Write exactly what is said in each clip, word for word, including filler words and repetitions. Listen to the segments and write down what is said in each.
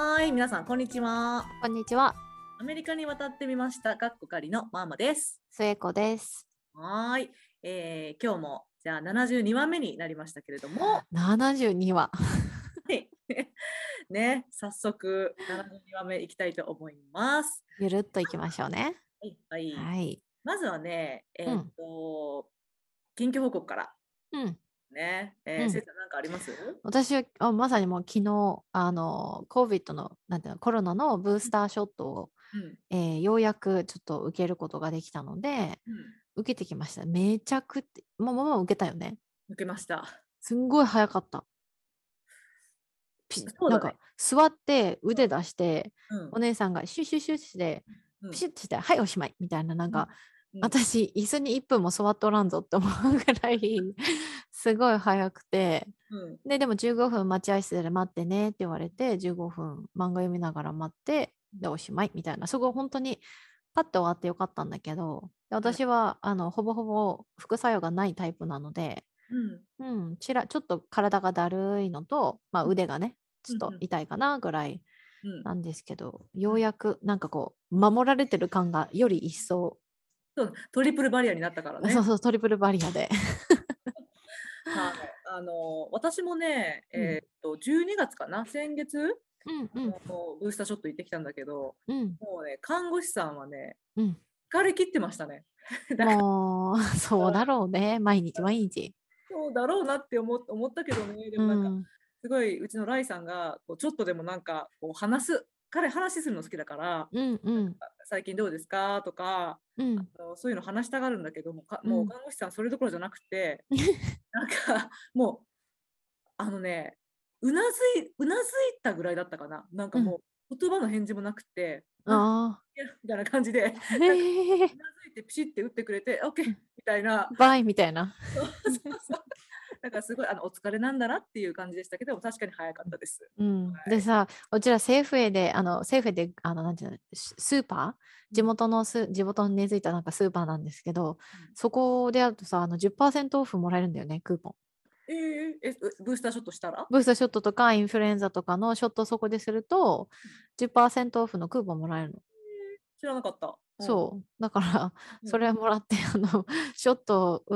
はーい、皆さんこんにちは。 こんにちは、 アメリカに渡ってみました。かっこかりのマーマです。 末子です。 はーい、えー今日もじゃあななじゅうにわめになりましたけれども、 ななじゅうにわ。 はいね、早速ななじゅうにわめいきたいと思います。 ゆるっといきましょうね。 はい、はい。 はい。 まずはね、えーっうん、 と、近況報告からうん、 ね、えー、せうん。 いさんなんかあります？ 私はあまさにもう昨日、あの、コビッド の、なんていうの、コロナのブースターショットを、 うん、 えーようやくちょっと受けることができたので、 うん、 受けてきました。めちゃくちゃ、もう、もう受けたよね。 抜けました。 すんごい早かった。ピそうだね。 なんか、座って腕出して、 うん、 お姉さんがシュッシュッシュッして、 うん、 ピシッとして、はい、おしまいみたいな、なんうん、 か、 うん、 私、椅子にいっぷんも座っとらんぞって思うぐらい、すごい早くて、 うん、 で、でもじゅうごふん待合室で待ってねって言われて、じゅうごふん漫画読みながら待って、で、おしまいみたいな、すごい本当にパッと終わってよかったんだけど、でうん、 私は、あの、ほぼほぼ副作用がないタイプなので、 うん、 うん、ちら、ちょっと体がだるいのと、まあ腕がね、ちょっとうん、 痛いかなぐらいうん、 なんですけど、ようん。 うやくなんかこう、守られてる感がより一層、 そう、トリプルバリアになったからね。 そうそう、トリプルバリアで。 はい。あの、私もね、 うん、 えーっと、じゅうにがつかな、先月、 うん、 あうん、 の、ブースターショット行ってきたんだけど、 うん、 もうね、看護師さんはね、 うん。 疲れ切ってましたね。だから、 もう、そうだろうね。毎日毎日。 そうだろうなって思っ思ったけどね、でもなんか、 うん、 すごい、うちのライさんが、こうちょっとでもなんか、こう話す、彼話するの好きだから、 うん、うん、 最近どうですかとか、 うん、 あのそういうの話したがるんだけども、かもううん。 看護師さんそれどころじゃなくて、なんか、もう、あのね、うなずい、うなずいたぐらいだったかな。なんかうん。 もう、言葉の返事もなくて、あ、 あいや、みたいな感じで、なんか、 あ、へえ、 うなずいてピシッて打ってくれて、オッケーうんみたいな、 バイみたいな。 そうそうそう。なんかすごい、あの、お疲れなんだなっていう感じでしたけど、確かに早かったです。 うん。 はい。 でさ、こちらセーフウェイで、あの、セーフウェイで、あの、なんていうの、ススーパー地うん。 元のス、地元に根付いたなんかスーパーなんですけど、 うん。 そこであるとさ、あの、じゅっパーセントオフもらえるんだよね、クーポン。 えー、え、うブースターショットしたら？ ブースターショットとかインフルエンザとかのショットそこですると、じゅっパーセントオフのクーポンもらえるの。 知らなかった。うん。 そう。だから、 うん。 それもらって、あの、ショットを打った、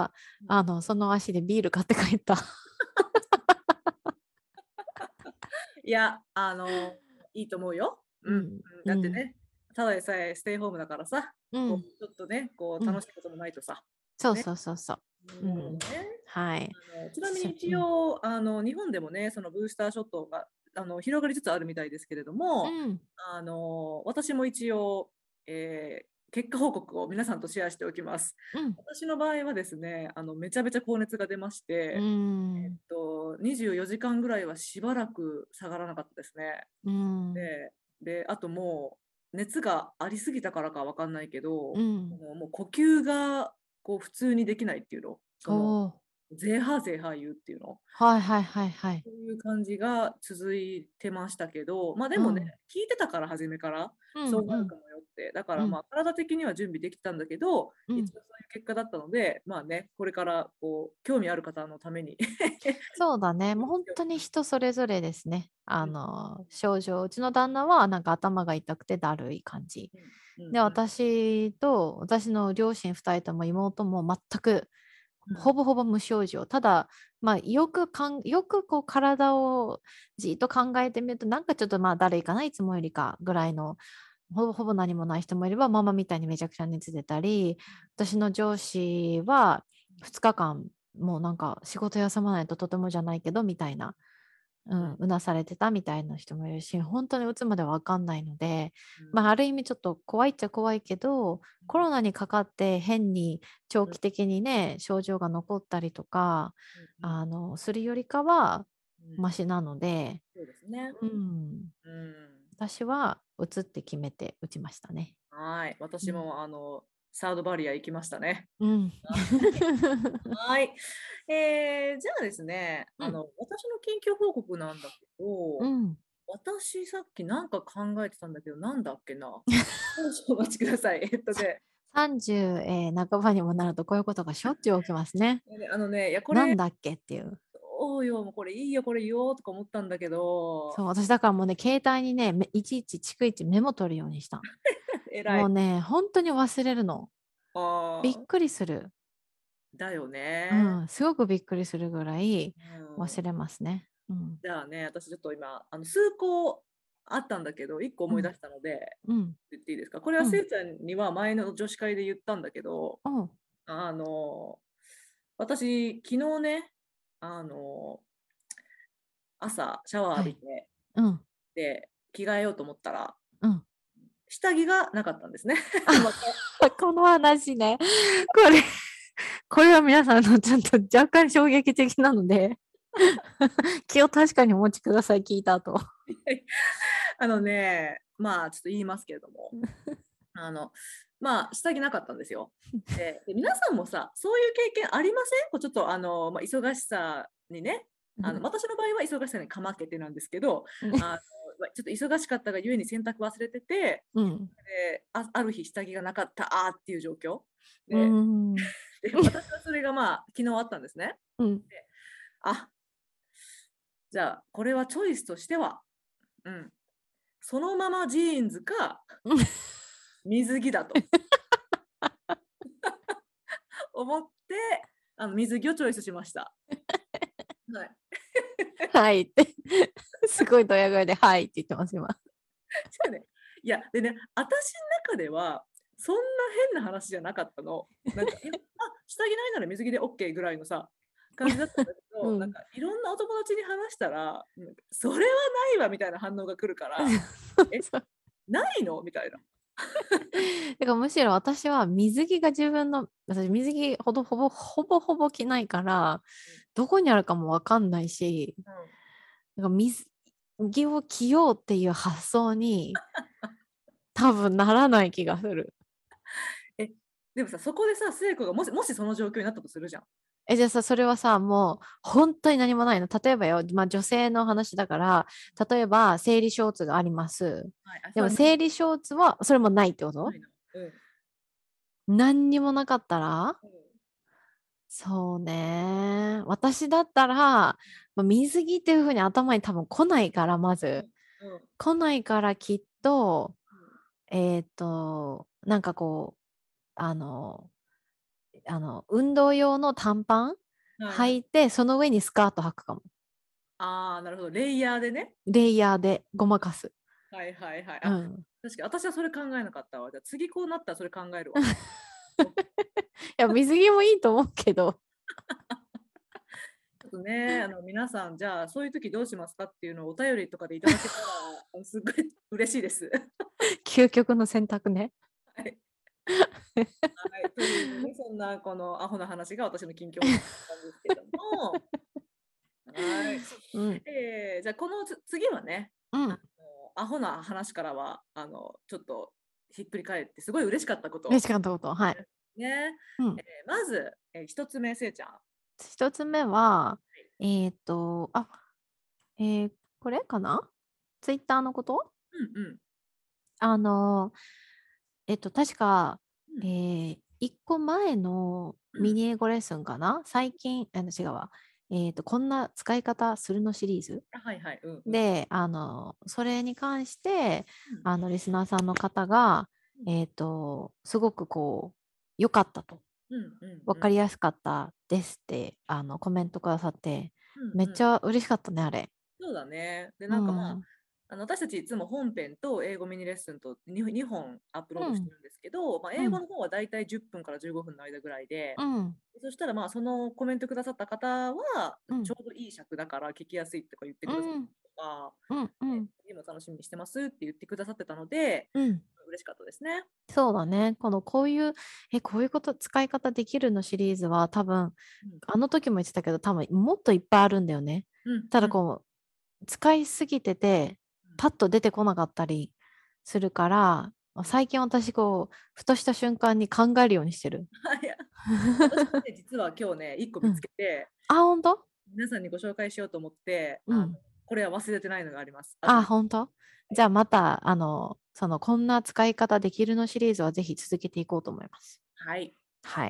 うん。 あの、その足でビール買って帰った。 いや、あの、いいと思うよ。うん。うん、 うん、うん、 だってね、ただでさえステイホームだからさ、 うん、 こうちょっとね、こううん。 楽しいこともないとさ。ね。 そうそうそうそう。 うん、 うん。 なるほどね。 はい。 あのちなみにしうん。 一応、あの日本でもね、そのブースターショットがあの広がりつつあるみたいですけれども、 うん。 あの私も一応、えー結果報告を皆さんとシェアしておきます。 うん。 私の場合はですね、あのめちゃめちゃ高熱が出ましうて、えっん。 と、にじゅうよじかんぐらいはしばらく下がらなかったですね。 うん。 で、であともう熱がありすぎたからかわかんないけど、 うん。 もうもう呼吸がこう普通にできないっていうの、そのおー。 ゼーハーゼーハー言うっていうの、 はいはいはいはい。 そういう感じが続いてましたけど、まあでもね、 うん。 聞いてたから初めからうん。うん。 そうなるかもよって、だからうん。 まあ体的には準備できたんだけど、 うん。 一応そういう結果だったので、まあね、これからこう興味ある方のためにそうだね。もう本当に人それぞれですね。あの、症状。うちの旦那はなんか頭が痛くてだるい感じ。で、 うん私と、私の両親二人とも妹も全く、ほぼほぼ無症状。ただ、まあ、よくかん、よくこう体をじっと考えてみると、なんかちょっとまあ、だるいかな、いつもよりかぐらいの、ほぼほぼ何もない人もいれば、ママみたいにめちゃくちゃ熱出たり、私の上司はふつかかん、もうなんか仕事休まないととてもじゃないけど、みたいな。ううんん、うなされてたみたいな人もいるし、本当に打つまでわかんないので、まあ、 うんある意味ちょっと怖いっちゃ怖いけど、コロナにかかって変に長うん期的にね、症状が残ったりとか、 うんあの、するよりかは、 うんマシなので、 そうですね。 うん、 うん。 私は打つって決めて打ちましたね。 はい。 うん。 私もあのサードバリア行きましたね。 うん。 はい。えー、じゃあですね、 うん。 あの、私の近況報告なんだけど、 うん。 私さっきなんか考えてたんだけど、なんだっけな。少々お待ちください。えっとね、 さんじゅう、えー半ばにもなるとこういうことがしょっちゅう起きますね。 であのね、いや、これ、 なんだっけっていう。 おうよ、もうこれいいよ、これ言おうとか思ったんだけど、 そう、私だからもうね、携帯にね、めいちいち逐一メモ取るようにしたの。 偉い。 もうね、本当に忘れるの。びっああ、 くりする。 だよね。 うん、すごくびっくりするぐらいうん。 忘れますね。うん。 じゃあね、私ちょっと今、あの数個あったんだけど、いっこうん。 思い出したので、 うん。 言っていいですか。これうん。 はせいちゃんには前の女子会で言ったんだけど、 うん。 あの、私、昨日ね、あの、朝シャワーはい。 浴びて、 うん。 で、着替えようと思ったら、 うん。 下着がなかったんですね。またあ、この話ね。これ、これは皆さんのちょっと若干衝撃的なので、気を確かにお持ちください、聞いた後。 あのね、まあちょっと言いますけれども、あの、まあ下着なかったんですよ。で、で皆さんもさ、そういう経験ありません？こうちょっとあの、まあ、忙しさにね、あの私の場合は忙しさにかまけてなんですけど、あのまあちょっと忙しかったがゆえに洗濯忘れてて、 うん。 であある日下着がなかったあーっていう状況うで、 ん。 で私はそれがまあ昨日あったんですね。 うん。 で、あ、じゃあこれはチョイスとしては、うん、そのままジーンズか水着だと思ってあの水着をチョイスしました。はい、 はいって。すごいドヤ声で、はいって言ってます、今。 そうね、いやでね、私の中ではそんな変な話じゃなかったの。なんか、えあ下着ないなら水着で OK ぐらいのさ感じだったんだけど、なんうん。 かいろんなお友達に話したら、なんかそれはないわみたいな反応が来るから、え、 そう。 ないのみたいな。 だからむしろ私は水着が自分の、私水着ほどほぼほぼほぼ着ないから、どこにあるかもわかんないし、 うん、 なんか水着を着ようっていう発想に多分ならない気がする。 え、でもさ、そこでさ、聖子がもしもしその状況になったとするじゃん。 え、じゃあさ、それはさ、もう本当に何もないの。例えばよ、まあ女性の話だから、例えば生理ショーツがあります。 はい、あ、そでもれはない生理ショーツはそれもないってことないの。うん。 何にもなかったらうんそうね。私だったら、まあ、水着っていう風に頭に多分来ないから、まず。 うんうん来ないからきっと、 うんえっと、なんかこう、あの、あの、運動用の短パンはいはい。 履いて、その上にスカート履くかも。 ああ、なるほど。レイヤーでね。 レイヤーでごまかす。 はいはいはい。あ、 うん。 確かに私はそれ考えなかったわ。じゃあ次こうなったらそれ考えるわ。おちいや、水着もいいと思うけど、 ょっとね、あの皆さん、じゃあそういう時どうしますかっていうのをお便りとかでいただけたら、あのすっごい嬉しいです。 究極の選択ね。 はい。はい。というね、そんなこのアホな話が私の近況報告だったんですけども、はい。 うん。 えー、じゃあこのつ次はね、あのうん。 アホな話からはあのちょっとひっくり返ってすごい嬉しかったこ嬉としかったこと。はい。 ね。えうん。 ーまず、えー、一つ目、せいちゃん。 一つ目は、えっと、あ、えーこれかなツイッターのことうんうんあの、えっと、確か、 うんえー、一個前のうんミニ英語レッスンかな最近、あの、違うわ。えっと、こんな使い方するのシリーズあはいはい。うんうんで、あの、それに関して、 うんあの、リスナーさんの方が、 うんえっと、すごくこう、良かったと。 うんうんわうんかりやすかったですって、あの、コメントくださって、めっうんうん。 ちゃ嬉しかったね、あれ。 そうだね。で、 うなんかまあ、 ん。 あの私たちいつも本編と英語ミニレッスンと に, ほんアップロードしてうん。 るんですけど、まあ、 うん。 英語の方はだいたいじゅっぷんからじゅうごふんの間ぐらいで、 うん。 そしたらまあそのコメントくださった方はうん。 ちょうどいい尺だから聞きやすいとか言ってくださったうん。 りとか、 うん。うね、 ん。 次も楽しみにしてますって言ってくださってたので、 うん。 嬉しかったですね。 そうだね。このこういう、え、こういうこと使い方できるのシリーズは多分、 うんあの時も言ってたけど、多分もっといっぱいあるんだよね。 うんうんただこう、使いすぎてて、パッと出てこなかったりするから、 うん最近私こう、ふとした瞬間に考えるようにしてる。 いや私もね、実は今日ね、いっこ見つうん。 けて、 あ、本当皆さんにご紹介しようと思って、あのうん。 これは忘れてないのがあります。後あ、 で。 本当はい。 じゃあまた、あの、その、こんな使い方できるのシリーズはぜひ続けていこうと思います。 はい。 はい。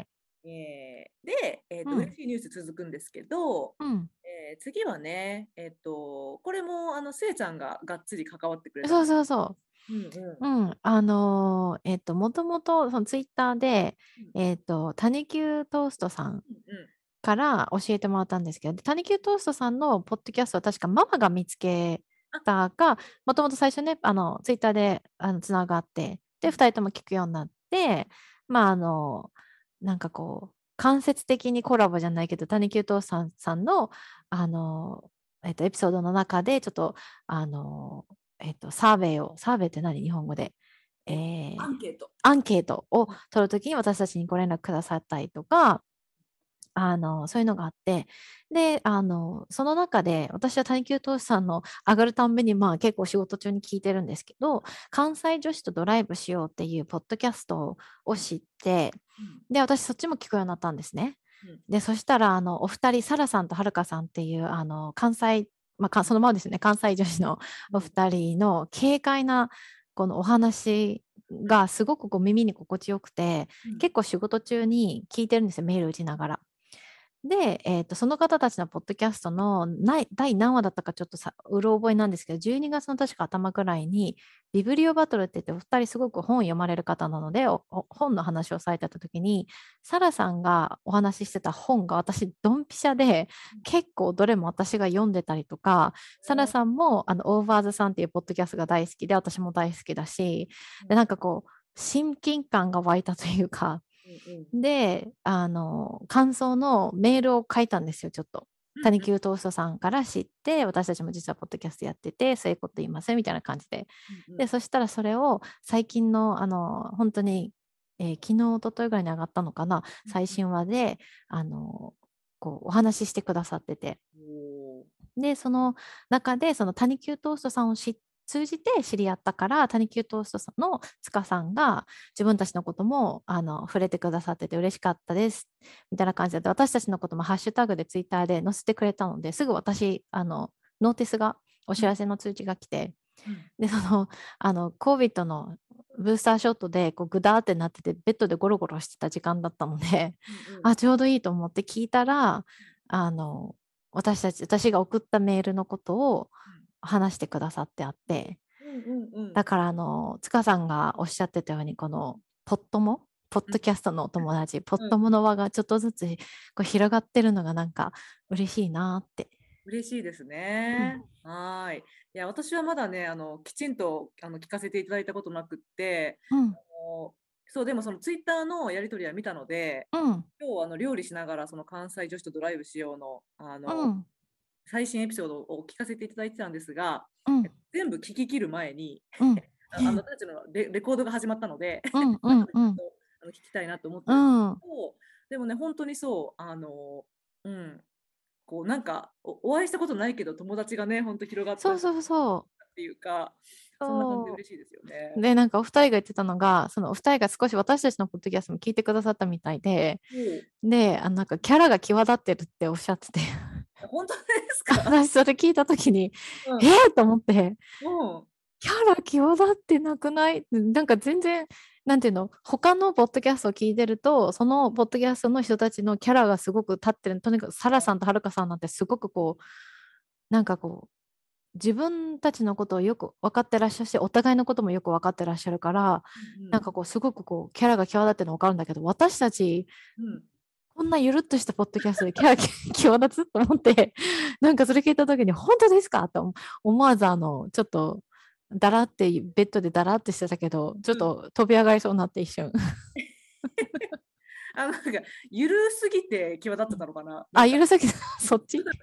えーで、えーと、 うん嬉しいニュース続くんですけど、 うんえー次はね、えっと、これも、あの、せいちゃんががっつり関わってくれたんそうです。 そうそうんうう。 ん。 うん。あのーえっと、もともと、そのツイッターで、 うんえっと、タニキュートーストさんうんから教えてもらったんですけど、タニキュートーストさんのポッドキャストは確かママが見つけあ、 たが、もともと最初ね、あの、ツイッターであのつながって、で、 うんふたりとも聞くようになって、まあ、あの、なんかこう、間接的にコラボじゃないけど、タニキュートーストさんさんの、あの、えっと、エピソードの中で、ちょっと、あの、えっと、サーベイを、サーベイって何日本語で、ええ、 ーアンケート。 アンケートをうん取るときに私たちにご連絡くださったりとか、あの、そういうのがあって、で、あの、その中で、私は谷球投資さんの上がるたんびに、まあ結構仕事中に聞いてるんですけど、関西女子とドライブしようっていうポッドキャストを知って、 うんで、私そっちも聞くようになったんですね。 うんで、そしたら、あの、お二人、サラさんとはるかさんっていう、あの、関西、まあ、かそのままですね、関西女子のおうん二人の軽快な、このお話がすごくこう耳に心地よくて、 うん結構仕事中に聞いてるんですよ、メール打ちながら。で、えーと、その方たちのポッドキャストのない第何話だったかちょっとさうろ覚えなんですけど、じゅうにがつの確か頭ぐらいにビブリオバトルって言って、お二人すごく本読まれる方なので、おお本の話をされてた時に、サラさんがお話ししてた本が私ドンピシャで、結構どれも私が読んでたりとか、サラさんもあのオーバーズさんっていうポッドキャストが大好きで、私も大好きだし、でなんかこう親近感が湧いたというか、 うんうんで、あの、感想のメールを書いたんですよ、ちょっと。 うんうん谷球トーストさんから知って、私たちも実はポッドキャストやってて、そういうこと言いませんみたいな感じで。で、 うんうんそしたらそれを最近の、あの、本当に、えー昨日、一昨日ぐらいに上がったのかな、最新話で、あの、こう、お話ししてくださってて。 おーで、その中で、その谷球トーストさんを知通じて知り合ったから、谷球トーストさんの塚さんが自分たちのこともあの触れてくださってて嬉しかったですみたいな感じで、私たちのこともハッシュタグでツイッターで載せてくれたので、すぐ私、あのノーティスが、お知らせの通知が来て、 うんで、その、あの、コービッドのブースターショットで、こう、ぐだーってなってて、ベッドでゴロゴロしてた時間だったので、 うんうんあ、ちょうどいいと思って聞いたら、あの、私たち、私が送ったメールのことを話してくださってあって、 うんうんうんだから、あの、塚さんがおっしゃってたように、この、ポットモ、ポッドキャストのお友達、ポッうんトモの輪がちょっとずつこう広がってるのがなんか嬉しいなって。 嬉しいですうん。 ね。はーい。いや、私はまだね、あの、きちんとあの聞かせていただいたことなくって、 うん。 あのそう、でもそのツイッターのやり取りは見たので、 うん。 今日あの料理しながらその関西女子とドライブしようの、あのうん。 最新エピソードを聞かせていただいてたんですが、 うん。 全部聞き切る前に、 うん。 ああの私たちのレ、レコードが始まったので、 うん。う後ん。うん。 でちゃんとあの聞きたいなと思ってうるんですん。 けど、でもね、本当にそう、あの、うん、こうなんかお、お会いしたことないけど、友達がね、本当広がったっそうそうそていうか、 う。 そんな感じでそ嬉しいですよね。 う。で、なんかお二人が言ってたのが、そのお二人が少し私たちのポッドキャストも聞いてくださったみたいで、 おうで、あのなんかキャラが際立ってるっておっしゃってて、 本当ですか？ 私それ聞いたときに、 うん。 えー、と思って、 うん。 キャラ際立ってなくない？なんか全然、なんていうの、他のポッドキャストを聞いてると、そのポッドキャストの人たちのキャラがすごく立ってる。とにかくサラさんとはるかさんなんてすごくこう、なんかこう、自分たちのことをよく分かってらっしゃるし、お互いのこともよく分かってらっしゃるから、 うんなんかこう、すごくこう、キャラが際立ってるの分かるんだけど、私たち、 うん。 こんなゆるっとしたポッドキャストでキャラ際立つと思って、なんかそれ聞いたときに、本当ですかと思わず、あの、ちょっと、だらって、ベッドでだらってしてたけど、ちょっうん。 と飛び上がりそうになって一瞬。 あ、なんか、ゆるすぎて際立ってたのかな。なあ、 んか、 許さき、そっち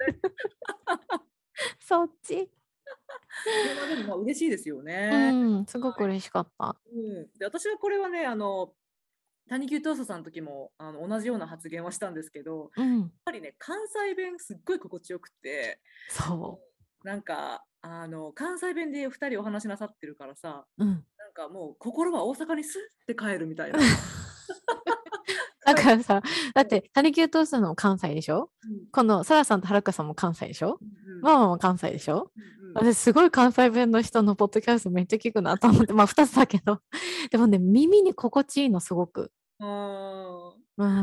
そっちいや、まあでもまあ嬉しいですようね。 ん、すごく嬉しかった。 うん、で私はこれはね、あの、谷球闘争さんの時もあの同じような発言はしたんですけど、やっうん、 ぱりね、関西弁すっごい心地よくて、 そなんか、あの、関西弁でふたりお話しなさってるからさ、 う。うん。 なんかもう心は大阪にスッて帰るみたいな。 だからさ、だって、谷球トーストのも関西でしょ？ うんこのサラさんとはるかさんも関西でしょ？ うんママも関西でしょ？ うんうん私すごい関西弁の人のポッドキャストめっちゃ聞くなと思って、まあふたつだけど、でもね、耳に心地いいのすごく。 あうん。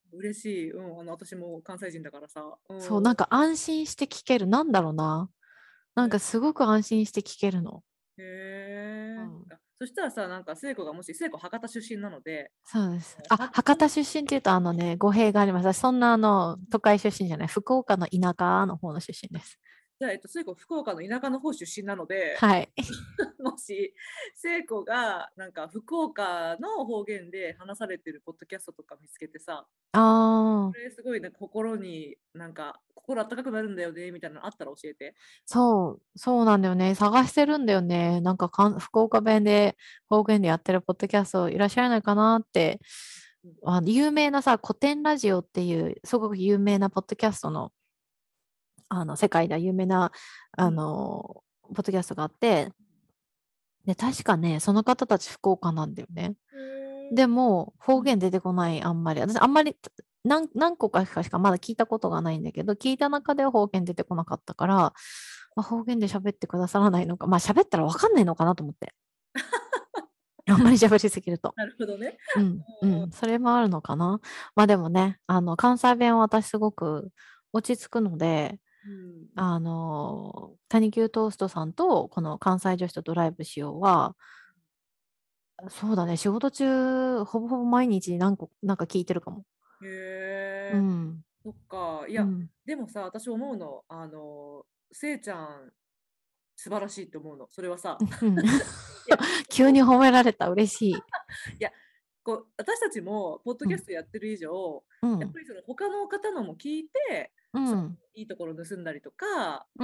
嬉しい。うん、あの、私も関西人だからさ。うそう、なんん。 か安心して聞ける。なんだろうな。なんかすごく安心して聞けるの。うへえ。 ん。 あ、そしたらさ、なんか聖子がもし、聖子博多出身なので、 そうです。 もうあ、 博多の、 博多出身っていうと、あのね、語弊があります。私そんなあの、都会出身じゃない。福岡の田舎の方の出身です。 じゃあ、えっと、聖子福岡の田舎の方出身なので、 はい。 もし聖子がなんか福岡の方言で話されてるポッドキャストとか見つけてさ、 ああ、 これすごいなんか心になんか心あったかくなるんだよねみたいなのあったら教えて。 そう、そうなんだよね。探してるんだよね。なんかかん、福岡弁で、方言でやってるポッドキャストいらっしゃらないかなって。 うん。 あの、有名なさ、古典ラジオっていう、すごく有名なポッドキャストの、あの、世界では有名な、あうん。 の、ポッドキャストがあって、で、確かね、その方たち福岡なんだよね。 へー。 でも、 うん。 方言出てこない、あんまり。私、あんまり、何、何個かしかしかまだ聞いたことがないんだけど、聞いた中では方言出てこなかったから、まあ、方言で喋ってくださらないのか、まあ喋ったらわかんないのかなと思って。あんまり喋りすぎると。 なるほどね。 うん、うん、それもあるのかな。まあでもね、あの、関西弁は私すごく落ち着くので、 うん。 あの、谷急トーストさんとこの関西女子とドライブしようは、そうだね、仕事中、ほぼほぼ毎日何個、なんか聞いてるかも。うへえ。 ん、 そっか。いや、 うん。 でもさ、私思うの、あの、せいちゃん、素晴らしいって思うの。それはさ、 うん。 いや、 急に褒められた、嬉しい。 いや、こう私たちもポッドキャうん、 ストやってる以上、 うん、 やっぱりその他の方のも聞いて、そのうん、 いいところ盗んだりとか、 うん、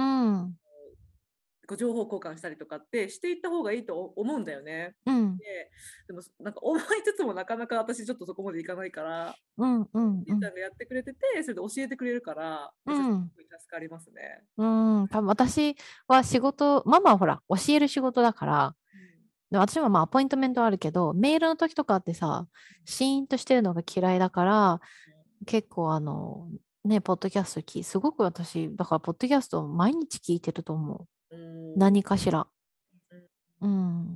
こう情報交換したりとかってしていった方がいいと思うんだよね。 うん、 で、でもなんか思いつつもなかなか私ちょっとそこまでいかないから、 うん、うん、 しーちゃうん、 んがやってくれてて、それで教えてくれるから、私はすうん。 ごい助かりますね。 うん、多分私は仕事、ママはほら、教える仕事だから、 うん。 で私もまあアポイントメントあるけど、メールの時とかってさ、シーンとしてるのが嫌いだから、結構あの、ね、ポッドキャストき、すごく私、だからポッドキャストを毎日聞いてると思う。 うん。 何かしら。 うん。 うん、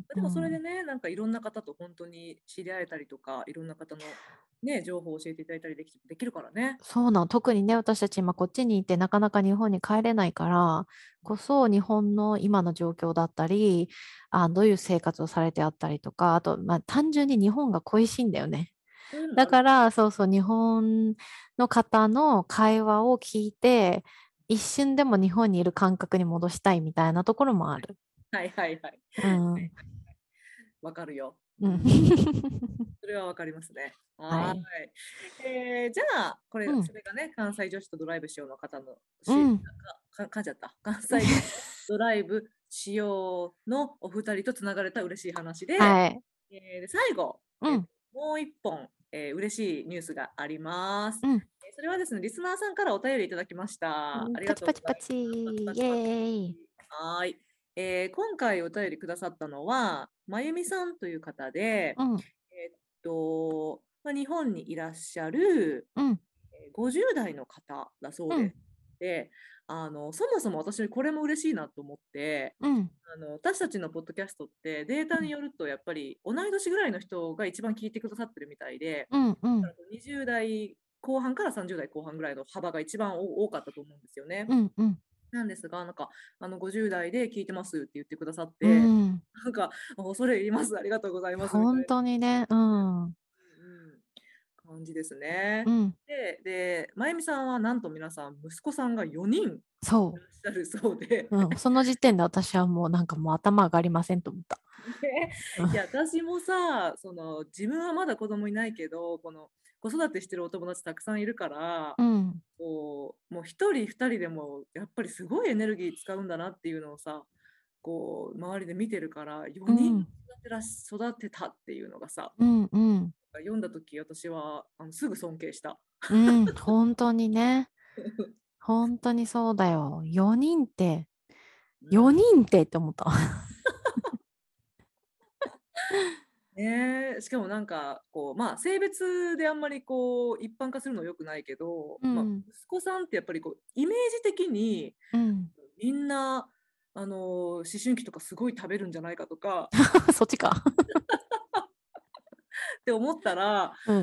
うでもそれでん。 ね、なんかいろんな方と本当に知り合えたりとか、いろんな方の、ね、情報を教えていただいたりできできるからね。 そうなの。特にね、私たち今こっちにいてなかなか日本に帰れないからこそ、日本の今の状況だったり、あ、どういう生活をされてあったりとか、あと、まあ、単純に日本が恋しいんだよね。 そういうのもある。 だから、そうそう、日本の方の会話を聞いて、一瞬でも日本にいる感覚に戻したいみたいなところもある。 はいはいはい。 うん。 わかるよ。 うん。 うん。それはわかりますね。ははい。 ーい。えーじゃあ、これ、 うん。 それがね、関西女子とドライブしようの方のし、 うん。 か、か、噛んじゃった。関西女子とドライブしようのお二人とつながれた嬉しい話で、 はい。 えーで最後、えーうん。 もう一本、えー嬉しいニュースがあります。 うん。 えーそれはですね、リスナーさんからお便りいただきました。ありパがチパチパチ。 とうございます。パチパイチパチ。 エーイ。 はーい。えー今回お便りくださったのは、まゆみさんという方で、 うん。 えっと、まあ、日本にいらっしゃるうん。 えーごじゅう代の方だそううん。 です。で、あの、そもそも私これも嬉しいなと思って、 うん。 あの、私たちのポッドキャストってデータによるとやっぱり同い年ぐらいの人が一番聞いてくださってるみたいで、 うん。うん。 だからにじゅう代後半からさんじゅう代後半ぐらいの幅が一番多かったと思うんですよね。 うん。うん。 なんですが、なんか、あの、ごじゅう代で聞いてますって言ってくださっうて、 ん。 なんか、恐れ入ります、ありがとうございますみたい本当にね。うん。うん。 な、うん、感じですね。 うん。 で、で、まゆみさんはなんと皆さん、息子さんがよにんいそらっしゃるそうで、 う。うん。その時点で私はもうなんかもう頭上がりませんと思った。 ね。いや、私もさ、その、自分はまだ子供いないけど、この、子育てしてるお友達たくさんいるから、 うん。 こう、もう一人二人でも、やっぱりすごいエネルギー使うんだなっていうのをさ、こう、周りで見てるから、4人うん。 育てらし育てたっていうのがさ、 うん。うん。 読んだ時私はあのすぐ尊敬した。 うん。本当にね。本当にそうだよ。よにんって、 うんよにんってって思った。 ねえ、しかもなんかこう、まあ、性別であんまりこう一般化するのよくないけど、まあ、 うん。 息子さんってやっぱりこうイメージ的にうん。 みんなあの思春期とかすごい食べるんじゃないかとかそっちか。 って思ったら、あうん。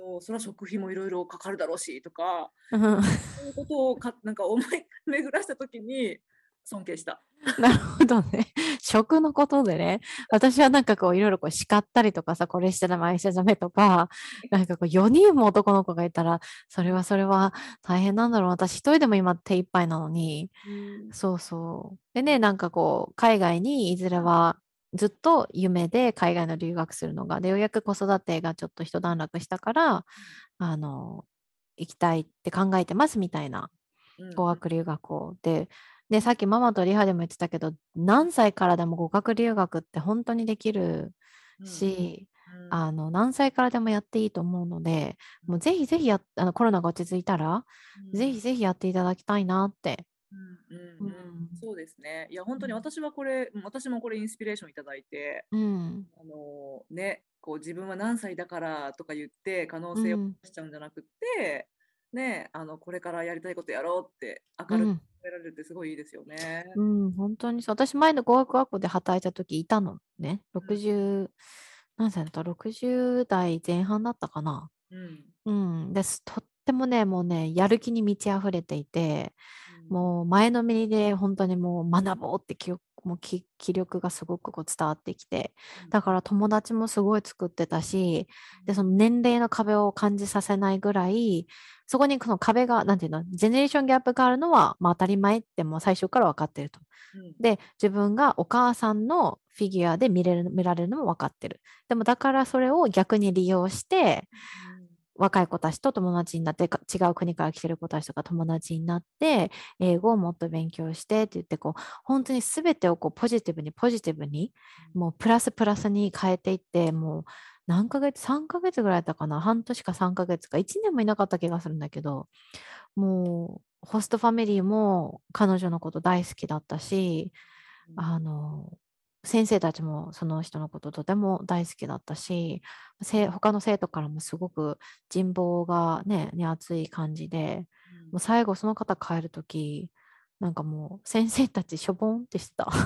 もうそれは食費もいろいろかかるだろうしとか、 うんそういうことをかなんか思い巡らしたときに尊敬した。 なるほどね。食のことでね。私はなんかこういろいろこう叱ったりとかさ、これしちゃダメ、あれしちゃダメとか、なんかこうよにんも男の子がいたら、それはそれは大変なんだろう。私一人でも今手一杯なのに。 うん、 そうそう。でね、なんかこう、海外にいずれはずっと夢で海外の留学するのが、で、ようやく子育てがちょっと一段落したから、あの、行きたいって考えてますみたいなうん、 語学留学を。で、で、さっきママとリハでも言ってたけど、何歳からでも語学留学って本当にできるうん、 し、 うん、 あの、何歳からでもやっていいと思うので、もうぜひぜひや、あの、コロナが落ち着いたら、 うん、 ぜひぜひやっていただきたいなって。 うん、 ううん、 ん。 そうですね。いや、本当に私はこれ、うん私もこれインスピレーションいただいて、 うん。 あのね、こう自分は何歳だからとか言って可能性をうん。 出しちゃうんじゃなくって、ね、あのこれからやりたいことやろうって明るくうん。 考えられるってすごいいいですよね。 うん。本当にそう。私、前の語学学校で働いた時いたのね。 うん、 ろくじゅう、何歳だった ?ろくじゅう 代前半だったかな。 うん、 うん。です。とってもね、もうね、やる気に満ち溢れていて、 うん、 もう前のめりで本当にもう学ぼうって記憶もう気、気力がすごくこう伝わってきて、 うん、 だから友達もすごい作ってたし、で、そうん、 の年齢の壁を感じさせないぐらい、そこにこの壁が、なんていうの、ジェネレーションギャップがあるのは、まあ当たり前ってもう最初から分かってると。 うん、 で、自分がお母さんのフィギュアで見れる、見られるのも分かってる。でもだからそれを逆に利用して、 うん、 若い子たちと友達になって、か違う国から来てる子たちとか友達になって、英語をもっと勉強してって言って、こう、本当に全てをこうポジティブにポジティブに、もうプラスプラスに変えていって、もう何ヶ月、さんかげつぐらいだったかな、半年かさんかげつか、いちねんもいなかった気がするんだけど、もう、ホストファミリーも彼女のこと大好きだったし、あの、先生たちもその人のこととても大好きだったし、せ他の生徒からもすごく人望がね、ね、熱い感じで、もう最後その方帰るとき、なんかもう先生たちしょぼんってしてた。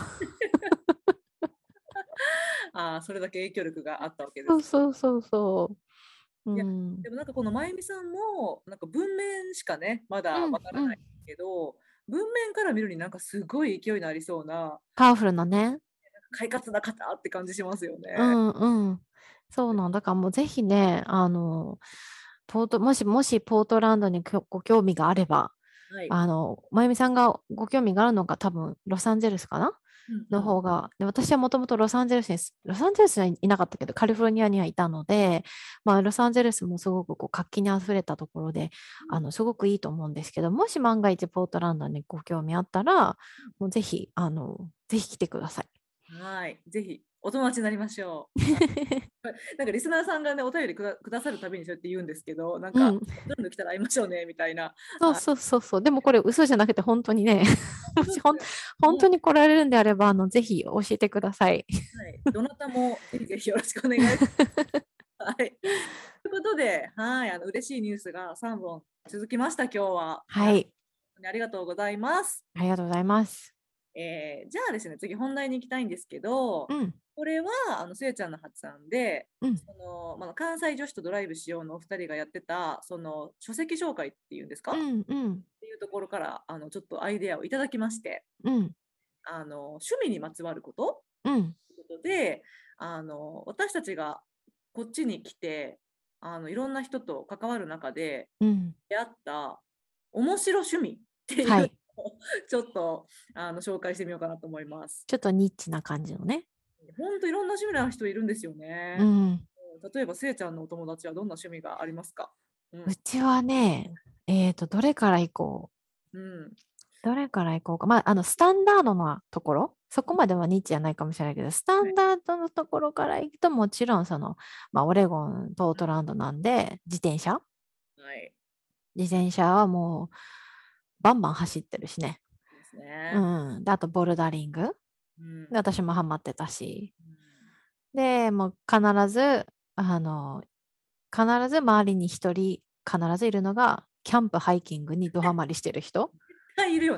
ああ、それだけ影響力があったわけでそうす。 そうそうそう。ういや、 ん。 でもなんかこのまゆみさんも、なんか文面しかね、まだうん、 わからないうん。 けど、文面から見るになんかすごい勢いのありそうな、 パワフルなね。 快活な方って感じしますよね。 うん、うん。そうなんだからもうぜひね、あの、ポート、もしもしポートランドにきょご興味があれば、 はい。 あの、まゆみさんがご興味があるのが多分ロサンゼルスかなうんうん。 の方が、で私はもともとロサンゼルスにす、ロサンゼルスにはいなかったけど、カリフォルニアにはいたので、まあ、ロサンゼルスもすごくこう活気にあふれたところで、あの、すごくいいと思うんですけど、もし万が一ポートランドにご興味あったら、もうぜひ、あの、ぜひ来てください。 はい。ぜひ、お友達になりましょう。はいなんかリスナーさんがね、お便りくだ、くださるたびにそうやって言うんですけど、なんか、 うん。 どんどん来たら会いましょうね、みたいな。あ、 そうそうそうそう。でもこれ嘘じゃなくて本当にね、もしほん本当です。も本当に来られるんであれば、あの、ぜひ教えてください。 う、はい。どなたもぜひぜひよろしくお願いします。はい。ということで、はい、あの嬉しいニュースがさんぼん続きました、今日は。皆さはい。 ん、ありがとうございます。 ありがとうございます。 えーじゃあですね、次本題に行きたいんですけど、 うん、 これはあのせいちゃんの発案で、 うん、 そのまあ、関西女子とドライブしようのお二人がやってたその書籍紹介っていうんですかっうん、うん、 ていうところからあのちょっとアイデアをいただきまして、 うん、 あの趣味にまつわることうん、 ということで、あの私たちがこっちに来てあのいろんな人と関わる中でうん。 出会った面白趣味っていうはい。 のをちょっとあの紹介してみようかなと思います。 ちょっとニッチな感じのね。 本当いろんな趣味の人いるんですよね。 うん。 例えば、せいちゃんのお友達はどんな趣味がありますか？うん。 うちはね、えっと、どれから行こう。 うん。 どれから行こうか。まあ、あの、スタンダードなところ、そこまではニッチじゃないかもしれないけど、スタはい。 ンダードのところから行くと、もちろん、その、まあ、オレゴン、ポートランドなんで、自転車はい。 自転車はもう、バンバン走ってるしね。 ですね。 うん。で、あと、ボルダリング。 うん。 で、私もハマってたし。 うん。 で、もう必ず、あの、必ず周りに一人必ずいるのが、キャンプ、ハイキングにドハマりしてる人。 絶対いるよね。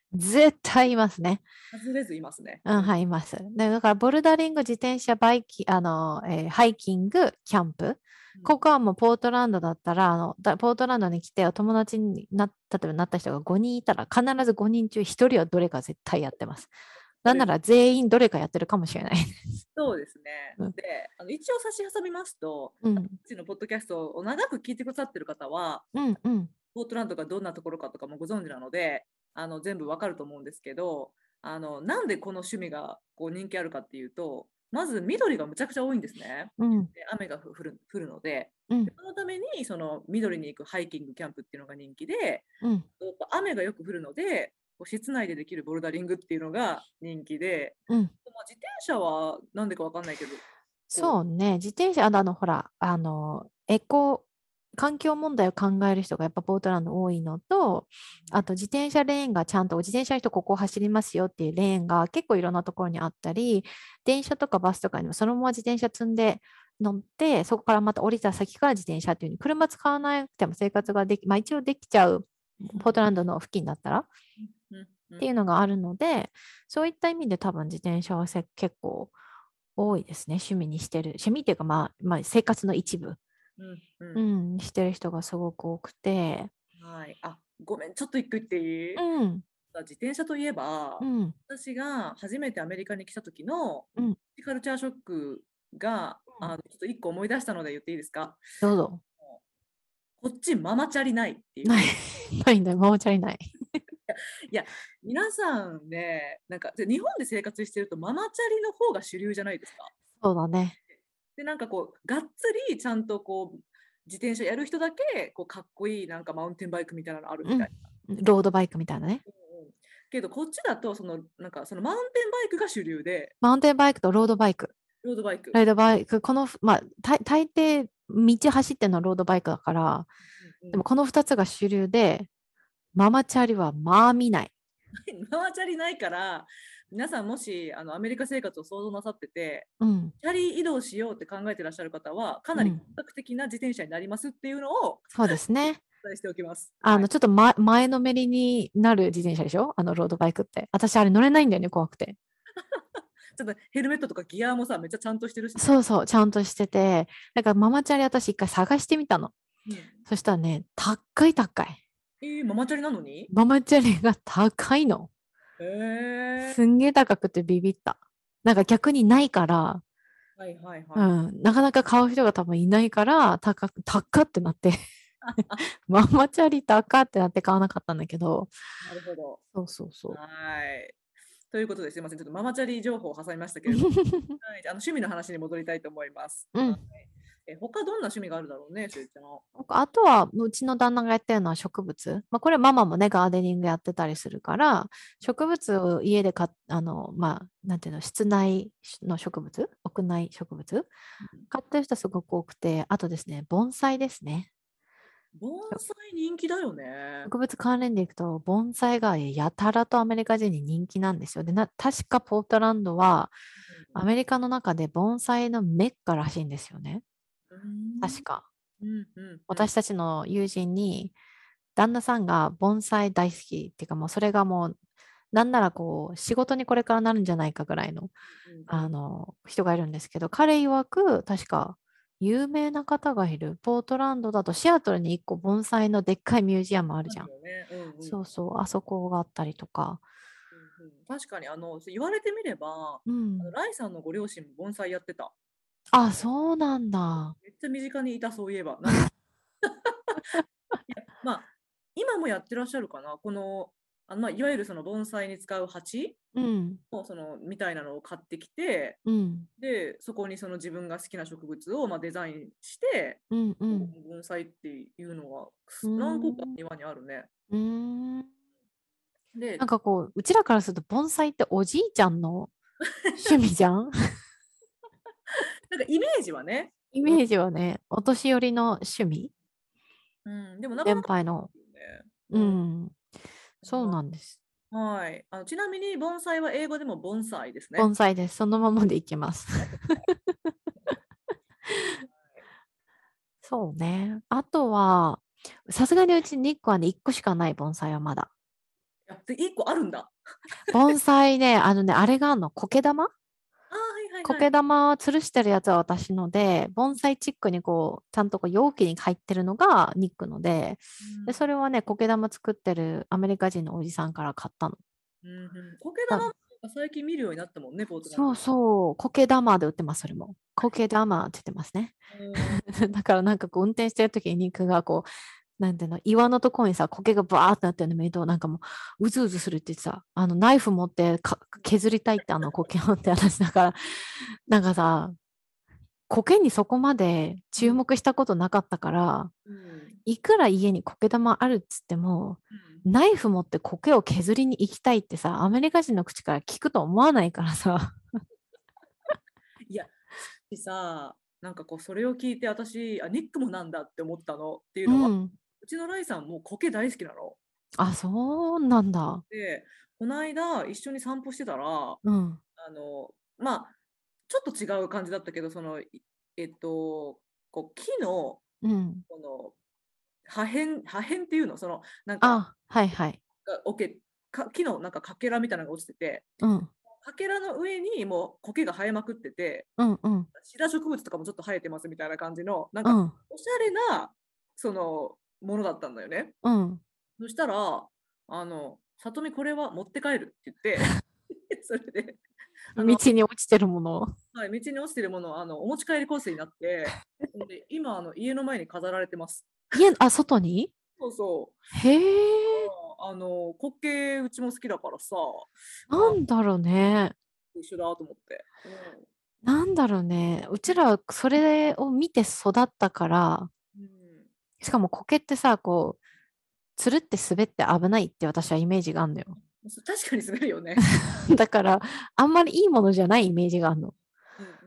絶対いますね。 外れずいますね。 うん、 うん。 はい、います。で、だから、ボルダリング、自転車、バイキ、あの、えーハイキング、キャンプ。 うんここはもうポートランドだったら、あの、だポートランドに来てお友達にな、例えばなった人がごにんいたら、必ずごにん中ひとりはどれか絶対やってます。なんなそれら全員どれかやってるかもしれない。 そうですね。 うん。 で、あの一応差し挟みますと、 うん。 私のポッドキャストを長く聞いてくださってる方は、 うん。うん。 ポートランドがどんなところかとかもご存知なので、あの全部わかると思うんですけど、あのなんでこの趣味がこう人気あるかっていうと、まず緑がむちゃくちゃ多いんですね。 うん。 で雨が降る降るので、 うん。 でそのためにその緑に行くハイキングキャンプっていうのが人気で、 うん。 やっぱ雨がよく降るので、こう室内でできるボルダリングっていうのが人気で、 うん。 まあ、自転車はなんでかわかんないけど、こそうね。自転車、あの、あのほら、あの、エコ、環境問題を考える人がやっぱポートランド多いのと、あと自転車レーンがちゃんと、自転車の人ここを走りますよっていうレーンが結構いろんなところにあったり、電車とかバスとかにもそのまま自転車積んで乗って、そこからまた降りた先から自転車っていうふうに、車使わなくても生活ができ、まあ一応できちゃう、ポートランドの付近だったらっう、うんうんていうのがあるので、そういった意味で多分自転車はせ結構多いですね。趣味にしてる。趣味っていうか、まあ、まあ、生活の一部、 うんううん、にしてる人がすごく多くて。 ん、はい。あ、ごめん、ちょっと一個言っていい？ うん、 自転車といえば、 うん、 私が初めてアメリカに来た時のうん。 カルチャーショックが、 うん。 あのちょっと一個思い出したので言っていいですか？ どうぞ。 こっちママチャリないっていう。 ない、ないんだよ。ママチャリない。 いや、皆さんね、なんかで日本で生活してるとママチャリの方が主流じゃないですか。 そうだね。 で、なんかこう、がっつりちゃんとこう、自転車やる人だけこうかっこいいなんかマウンテンバイクみたいなのあるみうん。 たいロードバイクみたいなね。 な。うんうん、けどこっちだとそのなんかそのマウンテンバイクが主流で、 マウンテンバイクとロードバイク。 ロードバイク。 ロードバイク、この、まあ、大大抵、道走ってるのはロードバイクだから、 うんうん、 でもこのふたつが主流で、ママチャリはまあ見ない。 ママチャリないから、皆さんもしあのアメリカ生活を想像なさってて、 うん、 チャリ移動しようって考えてらっしゃる方は、かなり本うん。 格的な自転車になりますっていうのをそうですね。 お伝えしておきます。 あの、 はい。 ちょっと、ま、前のめりになる自転車でしょ、あの、ロードバイクって。私、あれ乗れないんだよね、怖くて。 ちょっとヘルメットとかギアもさ、めっちゃちゃんとしてるしね。 そうそう、ちゃんとしてて。だから、ママチャリ私一回探してみたの。 うん、 そしたらね、高い高い。 えー、ママチャリなのに？ ママチャリが高いの。 へえー。 すんげえ高くてビビった。なんか逆にないから、 はいはいはい。 うん、なかなか買う人が多分いないから、高く、高ってなって、ママチャリ高ってなって買わなかったんだけど、 なるほど。 そうそうそはい。ということですいません。ちょっとママチャリ情報を挟みましたけう。 れども、はい、あの趣味の話に戻りたいと思います。はい、 うん。 え他どんな趣味があるだろうね、しゅうちゃん。 あとは、うちの旦那がやってるのは植物。まあ、これママもね、ガーデニングやってたりするから、植物を家でか、あの、まあ、なんていうの、室内の植物、屋内植物買ってる人すごく多くて、あとですね、盆栽ですね。 盆栽人気だよね。 植物関連でいくと、盆栽がやたらとアメリカ人に人気なんですよ。で、な、確かポートランドは、アメリカの中で盆栽のメッカらしいんですよね。 うん、 確か。 うんうんうん。 私たちの友人に、旦那さんが盆栽大好きっていうか、もうそれがもう、なんならこう、仕事にこれからなるんじゃないかぐらいの、 うんうん。 あの、人がいるんですけど、彼曰く、確か、有名な方がいる。ポートランドだと、シアトルに一個盆栽のでっかいミュージアムあるあじゃん。 るよね。うんうん。 そうそう、あそこがあったりとか。 うんうん、確かにあの言われてみれば、 うん。 あのライさんのご両親も盆栽やってた。 あ、そうなんだ。 めっちゃ身近にいた、そういえば。なんかいや、まあ、今もやってらっしゃるかな、この、あのまあ、いわゆるその盆栽に使う鉢うん。 をそのみたいなのを買ってきて、 うん。 で、そこにその自分が好きな植物をまあデザインして、 うん。うん。 盆栽っていうのはうー何個かん。 庭にあるね。 うーん。なで、 んかこう、うちらからすると盆栽っておじいちゃんの趣味じゃん。 なんかイメージはね、うん、 イメージはね、お年寄りの趣味、 うん、でもなかなかい年配の。 いよね。 ううん、 ん。そうなんです。 はい。あのちなみに盆栽は英語でも盆栽ですね。 盆栽です。そのままでいきます。そうね。あとは、さすがにうちにこはね、いっこしかない盆栽はまだ。 やっていっこあるんだ。 盆栽ね、あのね、あれがあるの、苔玉ああ、はいはいはい。 苔玉を吊るしてるやつは私ので、盆栽チックにこう、ちゃんとこう容器に入ってるのがニックので、で、 うん。 それはね、苔玉作ってるアメリカ人のおじさんから買ったの。 うんうん。苔玉もだ最近見るようになったもんね、ポートランそうド。 そう、苔玉で売ってます、それも。苔玉って言ってますね。 うん。 だからなんかこう運転してる時に肉がこう、なんていうの、岩のところにさ、苔がバーってなってるの見ると、なんかもう、うずうずするって言ってさ、あの、ナイフ持ってか削りたいって、あの苔をって話だから、なんかさ、苔にそこまで注うん。 目したことなかったから、 うん。 いくら家に苔玉あるっつっても、 うん。 ナイフ持って苔を削りに行きたいってさ、アメリカ人の口から聞くと思わないからさ。 いや、しさ、なんかこう、それを聞いて私、あ、ニックもなんだって思ったのっていうのは、 うん。 うちのライさんも苔大好きなの。 あ、そうなんだ。 で、この間一緒に散歩してたら、あうん。 の、まあ、ちょっと違う感じだったけど、その、いえっと、こう木の、 うん。 この破片、破片っていうの、その、なんか、 あ、はいはい。 がオケか木のなんかかけらみたいなのが落ちてて、 うん。 かけらの上にもう苔が生えまくってて、 うんうん。 シダ植物とかもちょっと生えてますみたいな感じの、なんかうん。 おしゃれなそのものだったんだよね。 うん。 そしたら、あの、さとみこれは持って帰るって言って、それで、あの、 道に落ちてるものを。 はい、道に落ちてるものをあのお持ち帰りコースになって、で今あの家の前に飾られてます。 家、あ、外にそうそう。 へえ、 あの、苔うちも好きだからさ、あ、 なんだろうね。 一緒だと思って。うん。 なんだろうね。うちらはそれを見て育ったから、 うん。 しかも苔ってさ、こう、つるって滑って危ないって私はイメージがあるのよ。 確かに滑るよね。 だから、あんまりいいものじゃないイメージがあるの。 うんうんうん。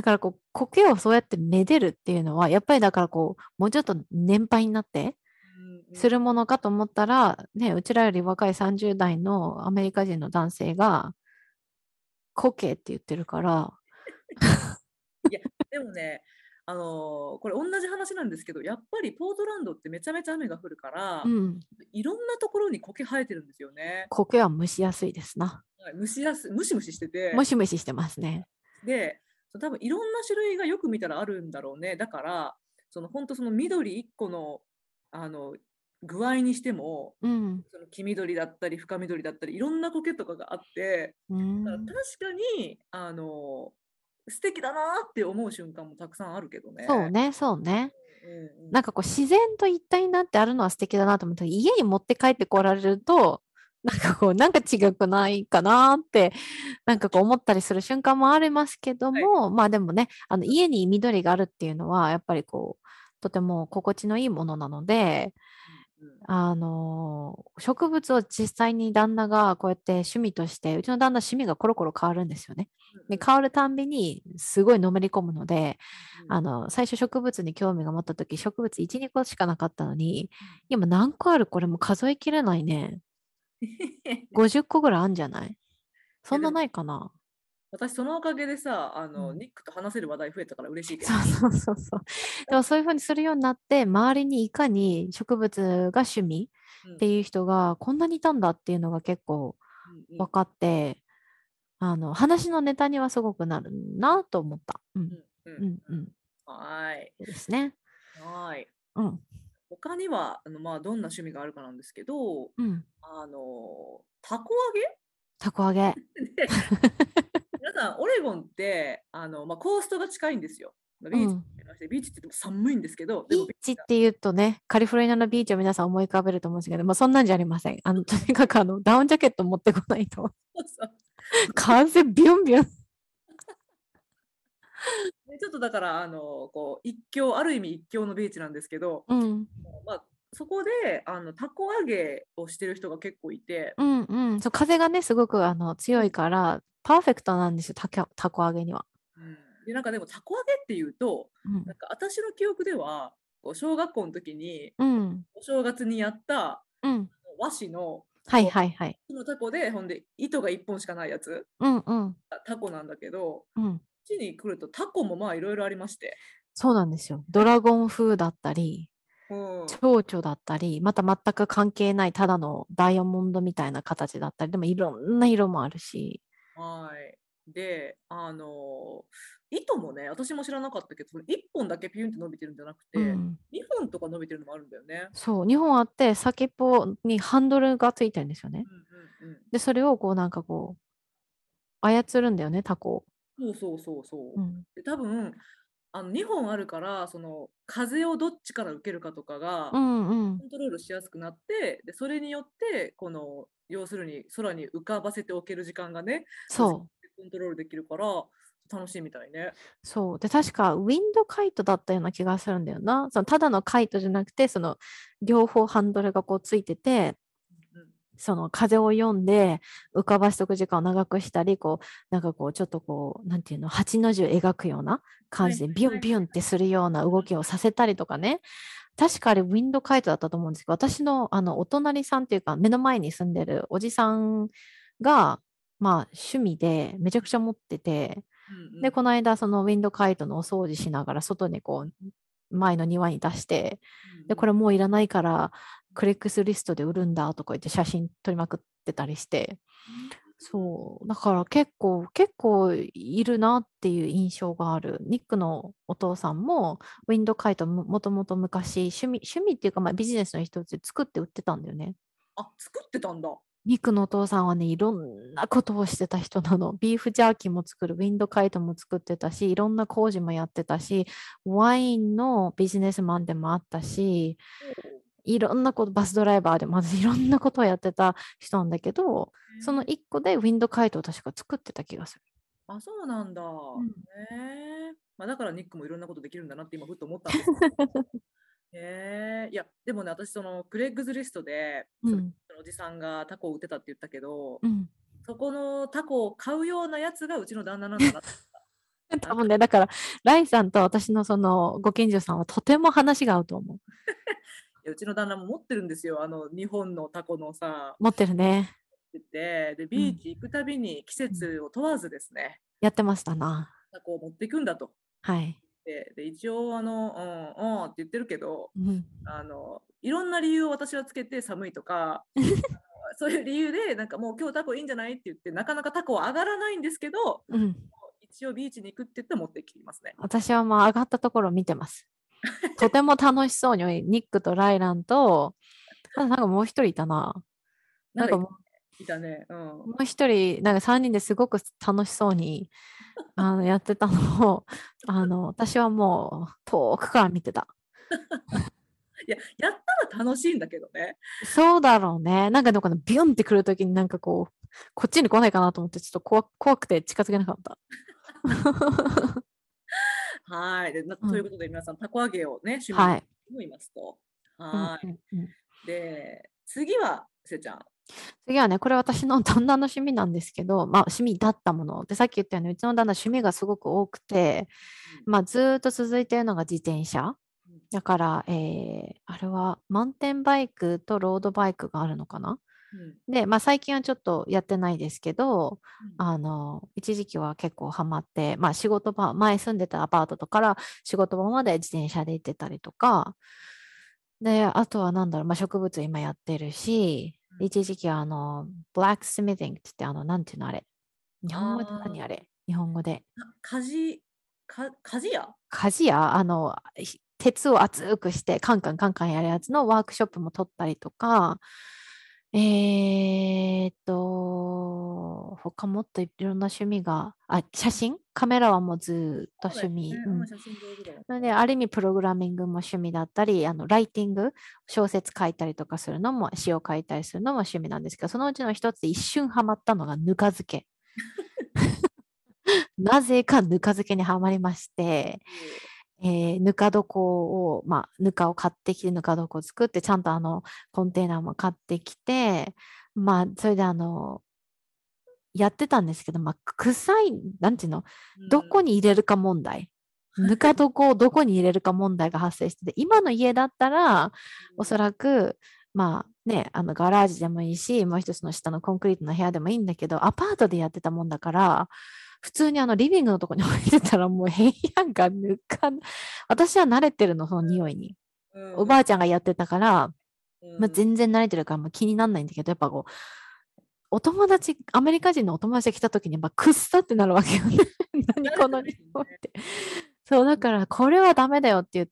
だからこう、苔をそうやってめでるっていうのは、やっぱりだからこう、もうちょっと年配になって、 うんうん。 するものかと思ったら、ね、うちらより若いさんじゅう代のアメリカ人の男性が、苔って言ってるから、 いや、でもね、あのーこれ同じ話なんですけど、やっぱりポートランドってめちゃめちゃ雨が降るから、 うん、 いろんなところに苔生えてるんですよね。 苔は蒸しやすいですな。 はい、蒸しやすい、ムシムシしてて、 ムシムシしてますね。 で、そう多分いろんな種類がよく見たらあるんだろうね。だから、その本当その緑いっこの、あの具合にしても、 うん。 その黄緑だったり深緑だったりいろんな苔とかがあって、 うだからん。 確かにあの素敵だなって思う瞬間もたくさんあるけどね。 そうね、そうね。 うんうん。 なんかこう自然と一体になってあるのは素敵だなと思ったけど、家に持って帰ってこられると、なんかこう、なんか違くないかなって、なんかこう思ったりする瞬間もありますけどはい。 も、まあでもね、あの家に緑があるっていうのは、やっぱりこう、とても心地のいいものなので、 うんうん。 あのー植物を実際に旦那がこうやって趣味として、うちの旦那趣味がコロコロ変わるんですよね。で、 うん変わるたんびにすごいのめり込むので、 うんうん。 あの、最初植物に興味が持った時、植物いち、にこしかなかったのに、 うん。 今何個あるこれも数えきれないね。ごじゅっこぐらいあるんじゃないいやでもそんなないかな。 私そのおかげでさ、あのうん。 ニックと話せる話題増えたから嬉しいけど。 そうそうそうそう。でもそういうふうにするようになって、周りにいかに植物が趣味うんっていう人がこんなにいたんだっていうのが結構うんうん。 分かって、あの、話のネタにはすごくなるなと思った。うん。 うんうん。 うんうん。 はーい。 そうですね。 はーい。 うん。 他にはあの、まあ、どんな趣味があるかなんですけど、 うん。 あのたこ揚げたこ揚げ。 で皆さん、オレゴンってあの、まあ、コーストが近いんですよ。まあビーチうん。 ってましてビーチって言っても寒いんですけど、でもビービーチがチって言うとね、カリフォルニアのビーチを皆さん思い浮かべると思うんですけど、まあそんなんじゃありません。あの、とにかくあの、ダウンジャケット持ってこないと。 そうそう風ビュンビュン。 でちょっとだからあのこう一強ある意味一強のビーチなんですけど、 うん。 まあ、そこであのたこ揚げをしてる人が結構いて、 うんうん。そう、風がね、すごくあの強そういから、パーフェクトなんですよ、たけたこ揚げには。 うん、でなんかでもたこ揚げっていうとうん。 なんか私の記憶ではこう小学校の時にうん。 お正月にやったうん。 和紙のはいこはいはい。 うのタコでほんで糸がいっぽんしかないやつうんうん。 タコなんだけど、こうん。 っちに来るとタコもまあいろいろありまして、 そうなんですよ。ドラゴン風だったり、 うん。 蝶々だったり、また全く関係ないただのダイヤモンドみたいな形だったり、でもいろんな色もあるし。 はい。で、あの、糸もね、私も知らなかったけど、そのいっぽんだけピュンって伸びてるんじゃなくて、 うん。 にほんとか伸びてるのもあるんだよね。 そう、にほんあって先っぽにハンドルがついてるんですよね。 うんうんうん。 で、それをこうなんかこう操るんだよね、タコを。 そうそうそうそう。 うん。 で、多分、あのにほんあるから、その風をどっちから受けるかとかうがんうん。 コントロールしやすくなって、で、それによって、この、要するに空に浮かばせておける時間がね、そうそう。 コントロールできるから、楽しいみたいね。 そう。で、確か、ウィンドカイトだったような気がするんだよな。そのただのカイトじゃなくて、その、両方ハンドルがこうついてて、 うん、 その風を読んで浮かばしておく時間を長くしたり、こう、なんかこう、ちょっとこう、なんていうの、八の字を描くような感はいじで、ビュンビュンってするような動きをさせたりとかね。確かあれ、ウィンドカイトだったと思うんですけど、私の、あの、お隣さんっていうか、目の前に住んでるおじさんが、まあ、趣味でめちゃくちゃ持ってて、で、 うんうんこの間、そのウィンドカイトのお掃除しながら、外にこう、前の庭に出して、で、こうんれもういらないから、クレックスリストで売るんだとか言って写真撮りまくってたりして、 うん。 そう。だから結構、結構いるなっていう印象がある。ニックのお父さんも、ウィンドカイトももともと昔、趣味、趣味っていうか、まあ、ビジネスの一つで作って売ってたんだよね。 あ、作ってたんだ。 ニックのお父さんはね、いろんなことをしてた人なの。ビーフジャーキーも作る、ウィンドカイトも作ってたし、いろんな工事もやってたし、ワインのビジネスマンでもあったし、 おう。 いろんなこと、バスドライバーでまずいろんなことをやってた人なんだけど、そのへえ。 一個でウィンドカイトを確か作ってた気がする。 あ、そうなんだ。 うん。 へえ。まあ、だからニックもいろんなことできるんだなって今ふっと思ったんですけど。へえ。いや、でもね、私、そのクレッグズリストで、そのうん。 おじさんがタコを売ってたって言ったけど、 うん。 そこのタコを買うようなやつがうちの旦那なんだな。あの多分ね、だから、ライさんと私のそのご近所さんはとても話が合うと思う。 いやうちの旦那も持ってるんですよ。あの日本のタコのさ、 持ってるね。 ってて、で、 うん。 ビーチ行くたびに季うん、 節を問わずですね、 やってましたな。 タコを持っていくんだと。 はい。 で、で一応、あの、うんうんって言ってるけど、 うん。 あの、いろんな理由を私はつけて寒いとか、そういう理由で、なんかもう今日タコいいんじゃないって言って、なかなかタコは上がらないんですけど、 うん。 一応ビーチに行くって言って持ってきますね。 私はまあ上がったところを見てます。とても楽しそうに、ニックとライランと、あとなんかもう一人いたな。 なんかいなんかもいたね。うん。 うもう一人、なんか三人ですごく楽しそうにあのやってたのを、あの、私はもう遠くから見てた。 いや、やったら楽しいんだけどね。 そうだろうね。なんかでもこのビュンってくるときになんかこう、こっちに来ないかなと思ってちょっと怖怖くて近づけなかった。 はい。でなうん、 ということで、皆さん、たこ揚げをね、趣味にはい。 思いますと。 うんはうんうん。 い。で、次は、せいちゃん。 次はね、これ私の旦那の趣味なんですけど、まあ趣味だったもの。で、さっき言ったように、うちの旦那趣味がすごく多くて、まあずーっと続いているのが自転車。 うん。 だから、えー、あれはマウンテンバイクとロードバイクがあるのかな。 うん。 で、まあ最近はちょっとやってないですけど、 うん。 あの、一時期は結構ハマって、まあ仕事場、前住んでたアパートとから仕事場まで自転車で行ってたりとか、で、あとはなんだろう、まあ植物今やってるし、 うん。 一時期はあの、ブラックスミ t ィングって言って、あの、なんていうのあれ。日本語であ何あれ日本語で。 あ、かじ、か、鍛冶屋。 鍛冶屋あの、ひ鉄を熱くしてカンカンカンカンやるやつのワークショップも取ったりとか、えーっと、他もっといろんな趣味が、あ、写真カメラはもうずーっとそうだよ趣味。 ね。うん、 うん。 写真上手だよなので、 ね。 ある意味プログラミングも趣味だったり、あの、ライティング、小説書いたりとかするのも、詩を書いたりするのも趣味なんですけど、そのうちの一つで一瞬ハマったのがぬか漬け。なぜかぬか漬けにはまりまして、 おえーぬか床を、まあ、ぬかを買ってきて、ぬか床を作って、ちゃんとあの、コンテナも買ってきて、まあ、それであの、やってたんですけど、まあ、臭い、なんていうの、 うん。 どこに入れるか問題。ぬか床をどこに入れるか問題が発生してて、今の家だったら、おそらく、まあね、あのガラージでもいいし、もう一つの下のコンクリートの部屋でもいいんだけど、アパートでやってたもんだから、普通にあのリビングのとこに置いてたらもう部屋がぬか、私は慣れてるの、その匂いに。 うんうんおばあちゃんがやってたから、まあ、 うん。 全然慣れてるから、まあ、気にならないんだけど、やっぱこう、お友達、アメリカ人のお友達が来た時に、まあ、くっさってなるわけよね。何慣れてこの日ないよね。 本って。そう、だから、これはダメだよって言って、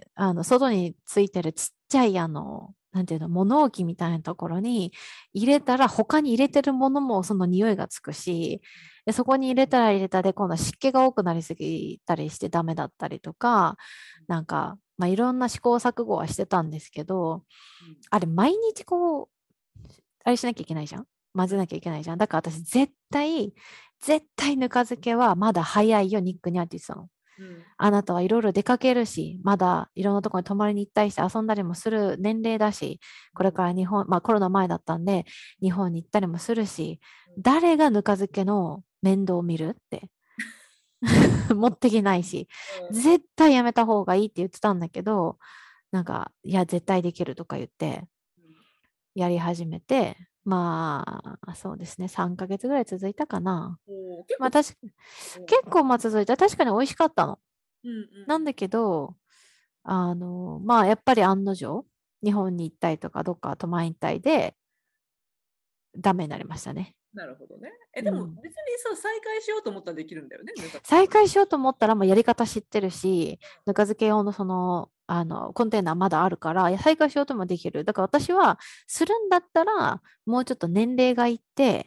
あの、外についてるちっちゃい、あの、なんていうの、物置みたいなところに入れたら、他に入れてるものもその匂いがつくし、で、そこに入れたら入れたで、今度は湿気が多くなりすぎたりしてダメだったりとか、なんか、まあ、いろんな試行錯誤はしてたんですけど、 うんあれ、毎日こう、あれしなきゃいけないじゃん、混うんぜなきゃいけないじゃん。だから私、絶対、絶対ぬか漬けはまだ早いよ、ニックにゃって言ってたの。 うんあなたはいろいろ出かけるし、まだいろんなところに泊まりに行ったりして遊んだりもする年齢だし、これから日本、まあコロナ前だったんで、日本に行ったりもするし、誰がぬか漬けの面倒を見るって持ってきないし、絶対やめた方がいいって言ってたんだけど、なんか、いや、絶対できるとか言って、 うんやり始めて、まあ、そうですね、さんかげつぐらい続いたかな。 おー結構つ、 まあ確か、結構まあ続いた。確かに美味しかったの。 うんうんなんだけど、あの、まあやっぱり案の定、日本に行ったりとか、どっか泊まりに行ったりで、ダメになりましたね。 なるほどね。え、でもうん。 別にそう再開しようと思ったらできるんだよね、ぬか漬け。 再開しようと思ったら、もうやり方知ってるし、ぬか漬け用のその、あの、コンテナまだあるから、いや再開しようともできる。だから私は、するんだったら、もうちょっと年齢がいって、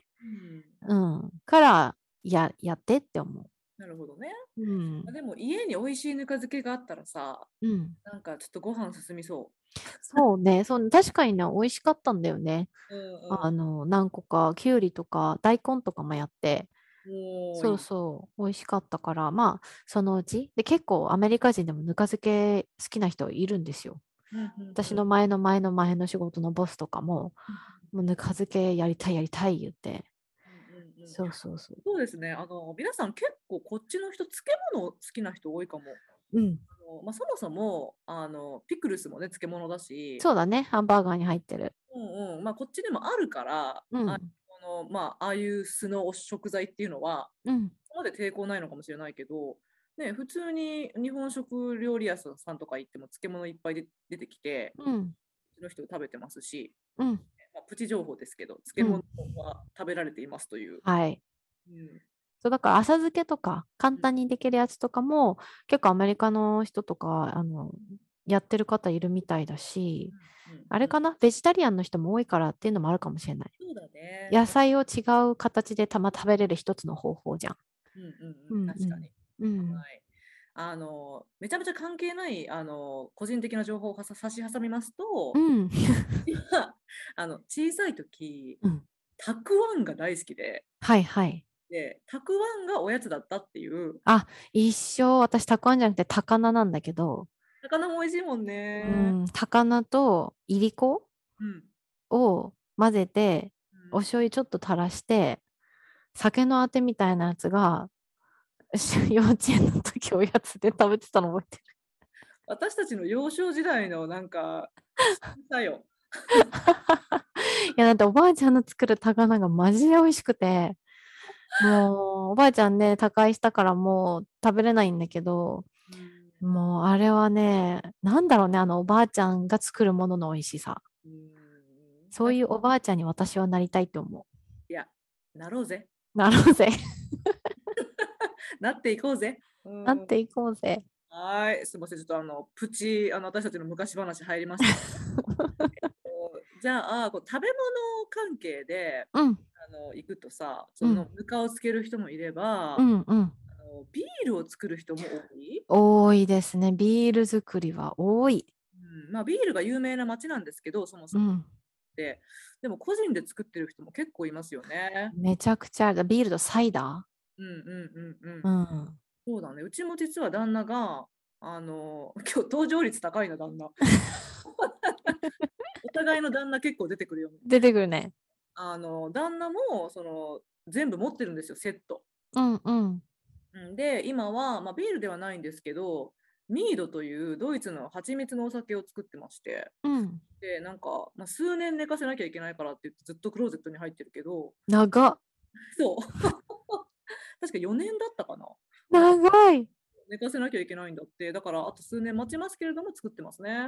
うん、 うん、からや、やってって思なるほどね。 う。うん。 あでも家に美味しいぬか漬けがあったらさ、 うん。 なんかちょっとご飯進みそそうね。そう、確かにね、美味しかったんだよね。 う。うんあの、何個か、きゅうりとか大根とかもやって、 うん。もういそうい。 そう、美味しかったから、まあ、そのうち。で、結構アメリカ人でもぬか漬け好きな人いるんですよ。 うんうんうん。 私の前の前の前の仕事のボスとかも、 うんもうぬか漬けやりたいやりたい言って。 うんうんうん。 そうそうそう。 そうですね。あの、皆さん結構こっちの人、漬物好きな人多いかも。 うん。 あのまあ、そもそもあのピクルスもね、漬物だし、 そうだね。ハンバーガーに入ってる。 うんうんまあ、こっちでもあるから、あうん。 このまあ、ああいう素の食材っていうのは、 うん。 そこまで抵抗ないのかもしれないけど、ね、普通に日本食料理屋さんとか行っても漬物いっぱいで出てきて、 うん。 うちの人食べてますし、 うん。 まあ、プチ情報ですけど、漬物うん。 は食べられていますという。 はい。 うんそう、だから浅漬けとか簡単にできるやつとかも結構アメリカの人とかあのやってる方いるみたいだし、 うんうんうん、 あれかな、ベジタリアンの人も多いからっていうのもあるかもしれない。 そうだね。 野菜を違う形でたま食べれる一つの方法じゃん。 うんうんうん、 うん確かに。 うん。うん。 はい。あの、めちゃめちゃ関係ない、あの、個人的な情報をはさ差し挟みますと、 うん。 今、あの、小さい時、 うん。 たくあんが大好きで、 はいはい。 で、たくあんがおやつだったっていう、 あ、一生私たくあんじゃなくて高菜なんだけど、 魚も美味しいもんうね。 ん、高菜といりこうん。 を混ぜて、おうん醤油ちょっと垂らして、酒のあてみたいなやつが幼稚園の時おやつで食べてたの覚えてる。 私たちの幼少時代のなんか、さよ。 いや、だっておばあちゃんの作る高菜がマジで美味しくて、もうおばあちゃんね、他界したからもう食べれないんだけど、 うん。 もうあれはね、なんだろうね、あのおばあちゃんが作るものの美味しさ。 うんなそういうおばあちゃんに私はなりたいと思いや、なろうぜ。 う。なろうぜ。 なっていこうぜ。うん。 なっていこうぜ。 はい。すみません。ちょっとあの、プチ、あの、私たちの昔話入りましたけど。じゃあ、こう食べ物関係で、 うん、 あの、行くとさ、そうん、 の、ぬかをつける人もいれば、 うん、うん。 あの、ビールを作る人も多い。 多いですね。ビール作りは多い。 うん、まあ、ビールが有名な街なんですけど、そもそもっうん。 て。でも、個人で作ってる人も結構いますよね。 めちゃくちゃある。ビールとサイダうんうんうんうー。 ん。 うん。 そうだね。うちも実は旦那が、あの、今日登場率高いな、旦那。お互いの旦那結構出てくるよね。 出てくるね。 あの、旦那も、その、全部持ってるんですよ、セット。 うんうん。 うんで、今は、まあ、ビールではないんですけど、ミードというドイツの蜂蜜のお酒を作ってまして、 うん。 で、なんか、まあ、数年寝かせなきゃいけないからって言ってずっとクローゼットに入ってるけど、 長っ。 そう。確かよねんだったかな。なんか長い。 寝かせなきゃいけないんだって、だからあと数年待ちますけれども作ってますね。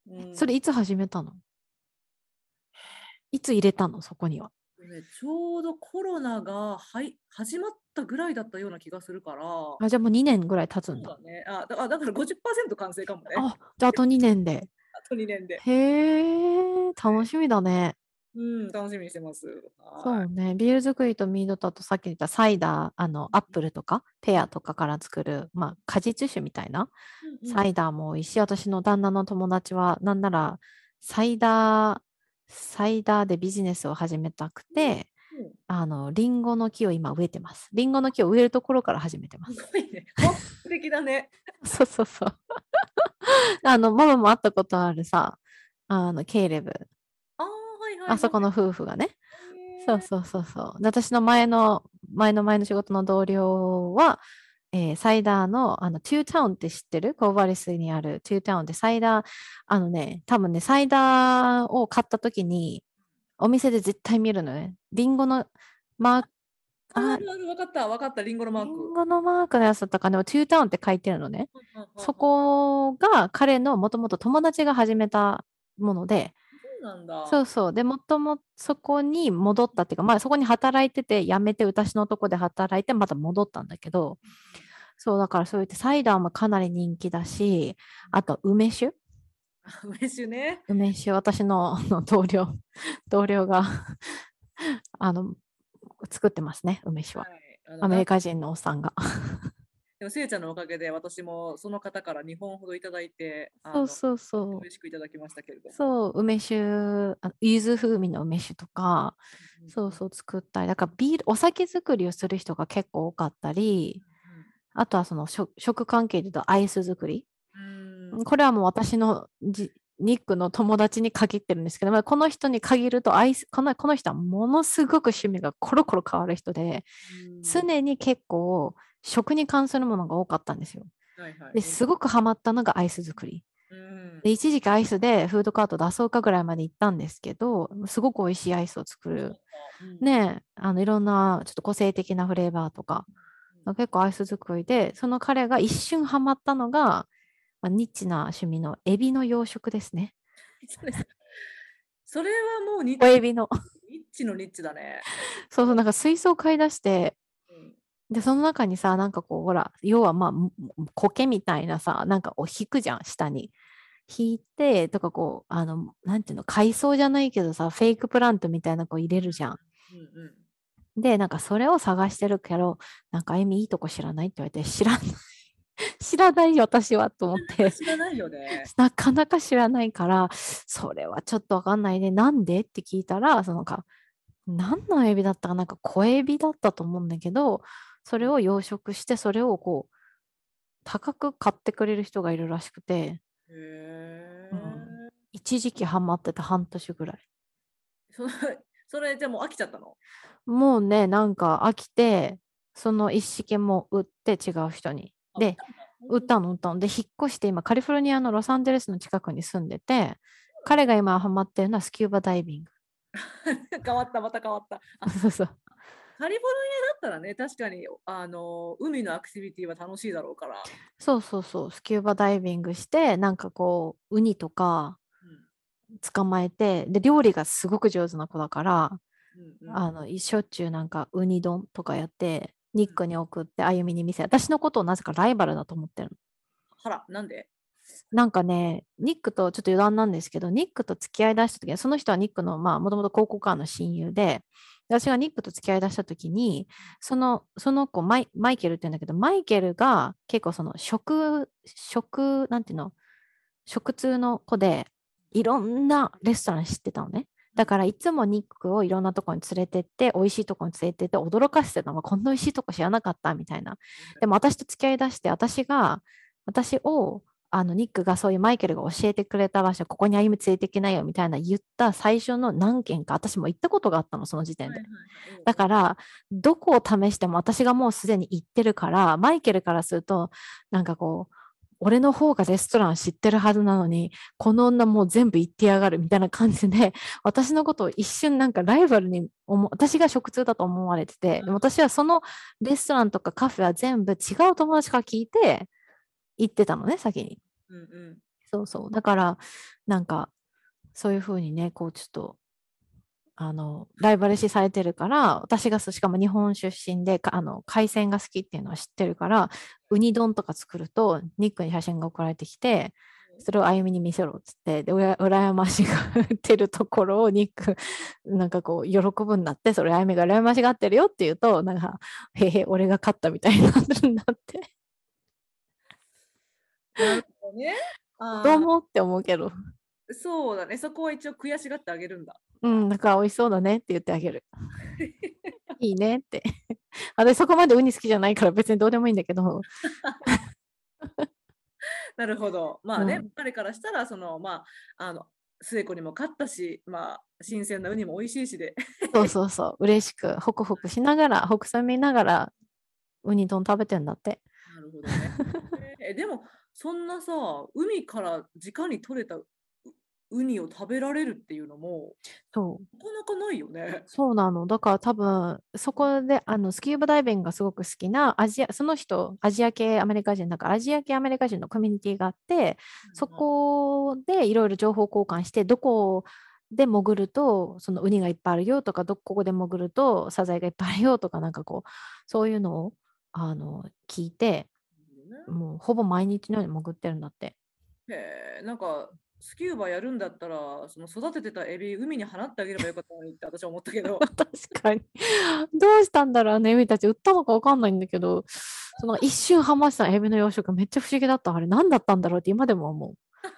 うん、 それいつ始めたの？いつ入れたのそこには？ ね、ちょうどコロナがはい始まったぐらいだったような気がするから、 あ、じゃあもうにねんぐらい経つんだ。 そうだね。あ、だあだからごじゅっパーセント完成かもね。 あ、じゃああとにねんで。 あとにねんで。 へえ、楽しみだね。 うん、楽しみにしてます。はそうね。ビール作りとミードとあとさっき言ったサイダー、あの、アップルとかペアとかから作る、まあ、果実酒みたいない。うんうん。 サイダーも美味しい。私の旦那の友達は、なんなら、サイダー、サイダーでビジネスを始めたくて、 うん、 あの、リンゴの木を今植えてます。リンゴの木を植えるところから始めてます。 すごいね。本格的だね。 そうそうそう。あの、ママも会ったことあるさ、あの、ケイレブ。 ああ、はいはいはい。 あそこの夫婦がね。そうへえ。 そうそうそう。で私の前の、前の前の仕事の同僚は、えーサイダーの、あの、トゥータウンって知ってる？コーバリスにあるトゥータウンってサイダー、あのね、多分ね、サイダーを買った時に、お店で絶対見るのね。リンゴのマーク、あ、 あるある、わかった、わかった、リンゴのマリーク。 ンゴのマークのやつだったかな。トゥータウンって書いてるのね。 はははそは。 こが彼のもともと友達が始めたもので、 そうなんだ。 そうそう。で、もともそこに戻ったっていうか、まあそこに働いてて、辞めて私のとこで働いて、また戻ったんだけど、そう、だからそう言ってサイダーもかなり人気だし、あと梅酒あ、梅酒ね。 梅酒、私のあの同僚、同僚があの、作ってますね、梅酒は。 はい。あの、 アメなんリカ人のおっさんが。 でも、せいちゃんのおかげで私もその方からにほんほどいただいて、あの、 そうそうそう。 嬉しくいただきましたけれども。 そう、梅酒、あ柚子風味の梅酒とか、そううんそう作ったり、だからビール、お酒作りをする人が結構多かったり、 うんあとはその食食関係で言うとアイス作り。 うん。うーん。 これはもう私のじニックの友達に限ってるんですけど、まあこの人に限るとアイス、この、この人はものすごく趣味がコロコロ変わる人で、 うん。 常に結構食に関するものが多かったんですよ。 はいはい。 で、 うん。 すごくハマったのがアイス作り。 うん。 で、一時期アイスでフードカート出そうかぐらいまで行ったんですけど、すごく美味しいアイスを作る。 そうか。うん。 ねえ、あの、いろんなちょっと個性的なフレーバーとか、結構アイス作りで、その彼が一瞬ハマったのが、まあ、ニッチな趣味のエビの養殖ですね。 そうです。それはもうニッチ、 小エビの。 ニッチのニッチだね。 そうそう、なんか水槽買い出して、 うん。 で、その中にさ、なんかこう、ほら、要はまあ、む苔みたいなさ、なんかを引くじゃん、下に。引いて、とかこう、あの、なんていうの、海藻じゃないけどさ、フェイクプラントみたいなこう入れるじゃん。 うんうん。 で、なんかそれを探してるけど、なんかあゆみいいとこ知らないって言われて、知らない。知らないよ、私は、と思っなかなかて。 知らないよね。 なかなか知らないから、それはちょっとわかんないね。なんでって聞いたら、そのか、何のエビだったかなんか小エビだったと思うんだけど、それを養殖して、それをこう、高く買ってくれる人がいるらしくて、 へうん、 え。 一時期ハマってた半年ぐらい。 それ、それじゃあもう飽きちゃったの？ もうね、なんか飽きて、その一式も売って違う人に。 あ、売っで、 たんだ。うん。 売ったの売ったの。で、引っ越して今カリフォルニアのロサンゼルスの近くに住んでて、 そうなんだ。 彼が今ハマってるのはスキューバダイビング。 変わった、また変わった。あ、 そうそう。 カリフォルニアだったらね、確かに、あの、海のアクティビティは楽しいだろうから。 そうそうそう。スキューバダイビングして、なんかこう、ウニとかうん。 捕まえて、で、料理がすごく上手な子だから、 うんうん。 あの、しょっちゅうなんかウニ丼とかやって、ニッうん。 クに送ってあゆみに見せ、私のことをなぜかライバルだと思ってるの。 あら、なんで？ なんかね、ニックとちょっと余談なんですけど、ニックと付き合いだした時に、その人はニックの、まあ、もともと高校からの親友で、で私がニックと付き合いだした時に、その、その子マイ、マイケルって言うんだけど、マイケルが結構その食、食、なんていうの、食通の子で、いろんなレストラン知ってたのね。だからいつもニックをいろんなとこに連れてって、美味しいとこに連れてって驚かせてたの。こんな美味しいとこ知らなかったみたいな。でも私と付き合いだして、私が、私を、あの、ニックがそういうマイケルが教えてくれた場所、ここに歩み連れてきなよみたいな言った最初の何件か、私も行ったことがあったの、その時点で。 はいはいはい。うんうん。 だから、どこを試しても私がもうすでに行ってるから、マイケルからすると、なんかこう、俺の方がレストラン知ってるはずなのに、この女もう全部行ってやがるみたいな感じで、私のことを一瞬なんかライバルに思う、私が食通だと思われてて、でも私はそのレストランとかカフェは全部違う友達から聞いて行ってたのね、先に。 うんうん。 そうそう。だから、なんか、そういうふうにね、こう、ちょっと、あの、ライバル視されてるから、私がそうしかも日本出身で、かあの、海鮮が好きっていうのは知ってるから、ウニ丼とか作ると、ニックに写真が送られてきて、それをあゆみに見せろっつって、で、うら羨ましがってるところをニック、なんかこう、喜ぶんだって、それあゆみが羨ましがってるよって言うと、なんか、へへ、俺が勝ったみたいになるんだって。 なるほどね。 子あ供って思うけど。 あ、そうだね。そこは一応悔しがってあげるんだ。 うん、だから美味しそうだねって言ってあげる。いいねって。私そこまでウニ好きじゃないから別にどうでもいいんだけど。 なるほど。まあね、 うん。 彼からしたら、その、まあ、あの、末子にも勝ったし、まあ、新鮮なウニも美味しいしで。 そうそうそう。嬉しく、ホクホクしながら、ホクサ見ながら、ウニ丼食べてんだって。 なるほどね。え、でも、そんなさ、海から直に取れたウウニを食べられるっていうのも、 そう。 なかなかないよね。 そうなの。だから多分、そこで、あの、スキューバダイビングがすごく好きなアジア、その人、アジア系アメリカ人、なんかアジア系アメリカ人のコミュニティがあって、そこでいろいろ情報交換して、どこで潜ると、そのウニがいっぱいあるよとか、どここで潜るとサザエがいっぱいあるよとか、なんかこう、そういうのを、あの、聞いて、もうほぼ毎日のように潜ってるんだって。 へえ、なんか、スキューバやるんだったら、その育ててたエビ、海に放ってあげればよかったのにって私は思ったけど。 確かに。どうしたんだろう、あのエビたち。売ったのかわかんないんだけど、その一瞬ハマしたエビの養殖めっちゃ不思議だった。あれ何だったんだろうって今でも思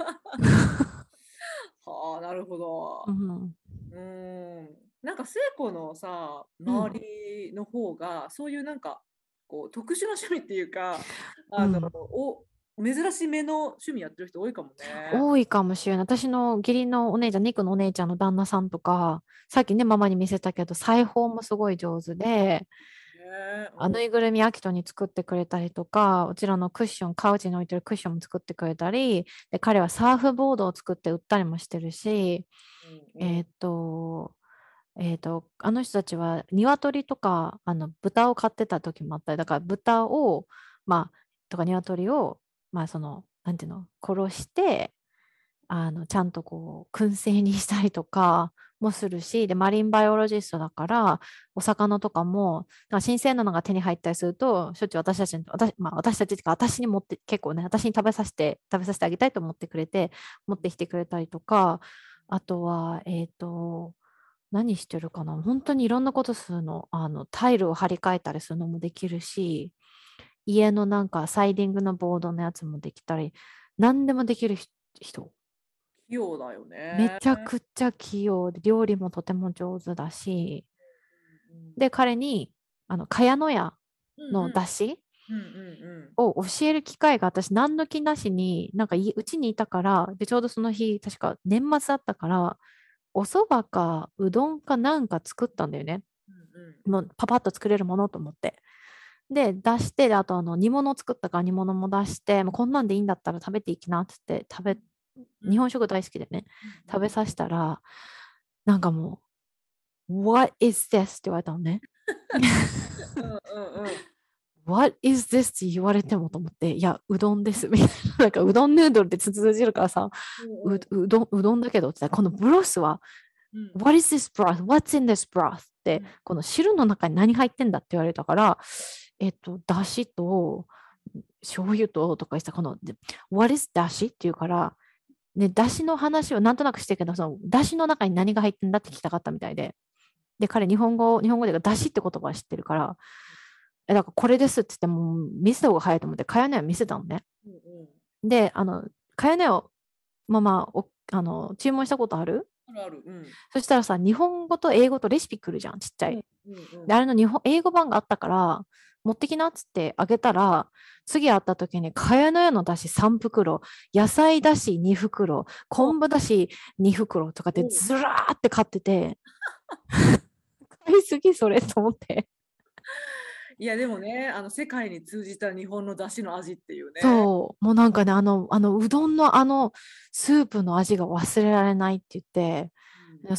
はあ、なるほう。うど。 ん。 うーん。なんか聖子のさ、周うん。 りの方が、そういうなんか、こう、特殊な趣味っていうか、あの、 うん。 お、珍しめの趣味やってる人多いかもね。 多いかもしれない。私の義理のお姉ちゃん、ニックのお姉ちゃんの旦那さんとか、さっきね、ママに見せたけど、裁縫もすごい上手で、 ねえ、 あうん。 ぬいぐるみアキトに作ってくれたりとか、うちらのクッション、カウチに置いてるクッションも作ってくれたり、で、彼はサーフボードを作って売ったりもしてるし、 うんうん。 えっと、えっと、あの人たちは鶏とか、あの、豚を飼ってた時もあったり、だから豚を、まあ、とか鶏を、まあ、その、なんていうの、殺して、あの、ちゃんとこう、燻製にしたりとかもするし、で、マリンバイオロジストだから、お魚とかも、なんか新鮮なのが手に入ったりすると、しょっちゅう私たちに、私、まあ私たちっていうか、私に持って、結構ね、私に食べさせて、食べさせてあげたいと思ってくれて、持ってきてくれたりとか、あとは、えっと、何してるかな本当にいろんなことするの。あの、タイルを張り替えたりするのもできるし、家のなんかサイディングのボードのやつもできたり、何でもできる人。 器用だよね。 めちゃくちゃ器用で、料理もとても上手だし、 うんで、彼に、あの、茅野屋のうんうん出汁うんうんを教える機会が私、何の気なしに、なんかいうちにいたから、で、ちょうどその日、確か年末だったから、お蕎麦かうどんかなんか作ったんだよね。 うんもうパパッと作れるものと思って。で、出して、であとあの煮物を作ったから煮物も出して、もうこんなんでいいんだったら食べていきなっつって食べ、 うんうん日本食大好きでね、 うん食べさせたら、なんかもう、What is this? って言われたのね。 うんうんうん What is this? って言われてもと思って、いや、うどんです。みたいな。なんかうどんヌードルって通じるからさ、う、 うんうどん、うどんだけどって言ったら、このブロスはうん What is this broth? What's in this broth? って、 うんこの汁の中に何入ってんだって言われたから、えっと、だしと、醤油と、とか言ってた、この、で What is だしって言うから、ね、だしの話をなんとなくしてるけど、その、だしの中に何が入ってんだって聞きたかったみたいで。で、彼、日本語、日本語でだしって言葉は知ってるから、え、だからこれですって言っても、見せた方が早いと思って、かやねを見せたのね。 うんうんで、あの、かやねを、まあまあ、おあの、注文したことある？ あるある。うん。 そしたらさ、日本語と英語とレシピ来るじゃん、ちっちゃい。 うんうんうで、 ん。 あれの日本、英語版があったから、持ってきなっつってあげたら、次会った時に、かやのやのだしさん袋、野菜だしに袋、 お昆布だしに袋とかでおずらーって買ってて、買いすぎそれと思って。 いやでもね、あの世界に通じた日本の出汁の味っていうね。 そう、もうなんかね、あの、あの、うどんのあの、スープの味が忘れられないって言って、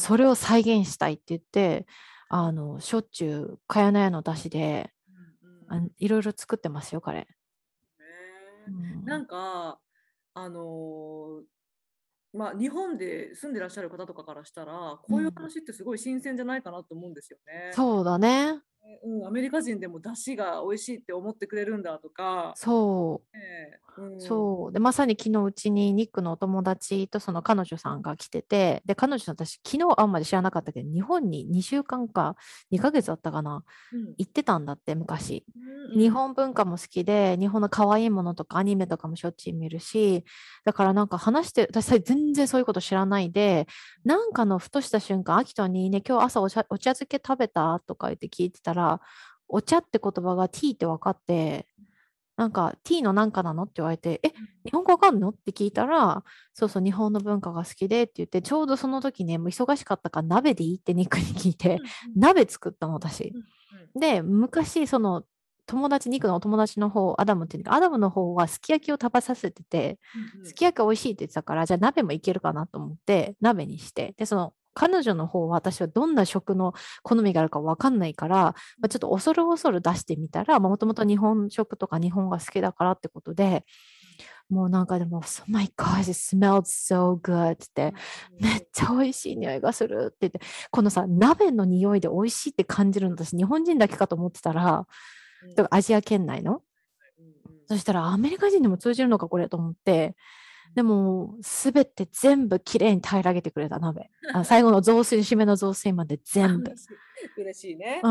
うんうんそれを再現したいって言って、あの、しょっちゅう、かやのやのだしで、 うんうんあいろいろ作ってますよ、彼。うねなん。 んかあのーまあ、日本で住んでらっしゃる方とかからしたら、こういううん、 話ってすごい新鮮じゃないかなと思うんですよね。 そうだね。 うん、アメリカ人でも出汁が美味しいって思ってくれるんだとか、 そう。 ね、うん、 そう。で、まさに昨日うちにニックのお友達とその彼女さんが来てて、で、彼女さん私昨日会うまで知らなかったけど、日本ににしゅうかんかにかげつだったかな、 うん、 行ってたんだって、昔。 うん、 日うん、 本文化も好きで、日本の可愛いものとかアニメとかもしょっちゅう見るし、だからなんか話して、私さ全然そういうこと知らないで、なんかのふとした瞬間、アキトにね、今日朝お茶、お茶漬け食べたとか言って聞いてたら、お茶って言葉がティーって分かって、なんか、T のなんかなのって言われて、え、日本語わかんのって聞いたら、そうそう、日本の文化が好きでって言って、ちょうどその時ね、もう忙しかったから鍋でいいってニックに聞いて、 うん、 鍋作ったの、私。 うん、うん、 で、昔、その、友達、ニックのお友達の方、アダムっていうか、アダムの方はすき焼きを食べさせてて、 うん、うん、 すき焼き美味しいって言ってたから、じゃあ鍋もいけるかなと思って、鍋にして、で、その、彼女の方は私はどんな食の好みがあるかわかんないから、まあ、ちょっと恐る恐る出してみたら、もともと日本食とか日本が好きだからってことで、もうなんかでも、Oh my God, it smelled so good って、めっちゃ美味しい匂いがするって言って、このさ、鍋の匂いで美味しいって感じるの私、日本人だけかと思ってたら、 うん、 だからアジア圏内の。 うん、 そしたらアメリカ人でも通じるのか、これと思って。でも、すべて全部きれいに平らげてくれた鍋。あ、最後の雑炊、締めの雑炊まであ、 全部。 嬉しい。嬉しいね。 うん。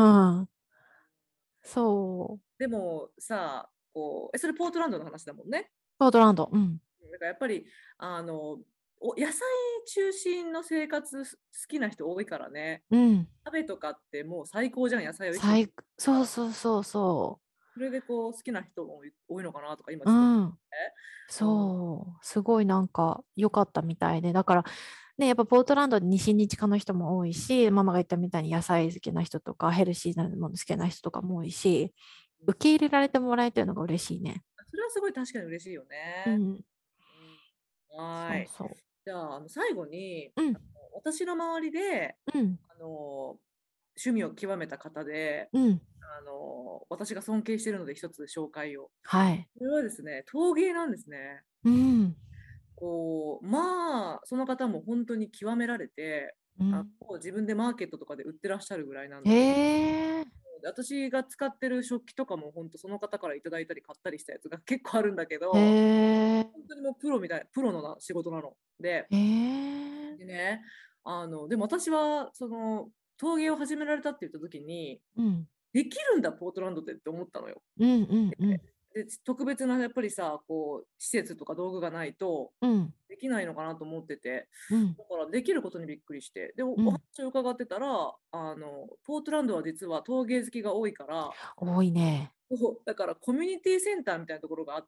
そう。 でもさ、こう、え、それポートランドの話だもんね。 ポートランド。うん。 だからやっぱり、あの、お野菜中心の生活好きな人多いからね。 うん。 鍋とかってもう最高じゃん、野菜を一気に。 最、そうそうそうそそれでこう好きな人も多いのかなとか今う。 ちょっとうん。 思って。 そう。すごいなんか良かったみたいで。だから、ね、やっぱポートランドに親日家の人も多いし、ママが言ったみたいに野菜好きな人とか、ヘルシーなもの好きな人とかも多いし、 うん、 受け入れられてもらえてるのが嬉しいね。 それはすごい確かに嬉しいよね。 うん。 うん、はーい。 そうそじゃあ、あの最後に、 う。うん。 あの私の周りで、 うん。 あの趣味を極めた方で、 うん。 あの私が尊敬しているので一つ紹介を。 はい。 これはですね、陶芸なんですね。 うん。 こう、まあ、その方も本当に極められて、あうん。 の自分でマーケットとかで売ってらっしゃるぐらいなんへだけど、 え。 私が使ってる食器とかも本当その方からいただいたり買ったりしたやつが結構あるんだけへど、 え。 本当にもうプロみたい、プロのな仕事なの。で、 へえ。 でね、あの、でも私はその陶芸を始められたって言った時に、 うん。 できるんだ、ポートランドでって思ったのよ。 うんうんうん。 で、特別なやっぱりさ、こう、施設とか道具がないとうん。 できないのかなと思ってて、 うん。 だからできることにびっくりして、で、おおうん。 話を伺ってたら、あの、ポートランドは実は陶芸好きが多いから、 多いね。 そうだからコミュニティセンターみたいなところがあって、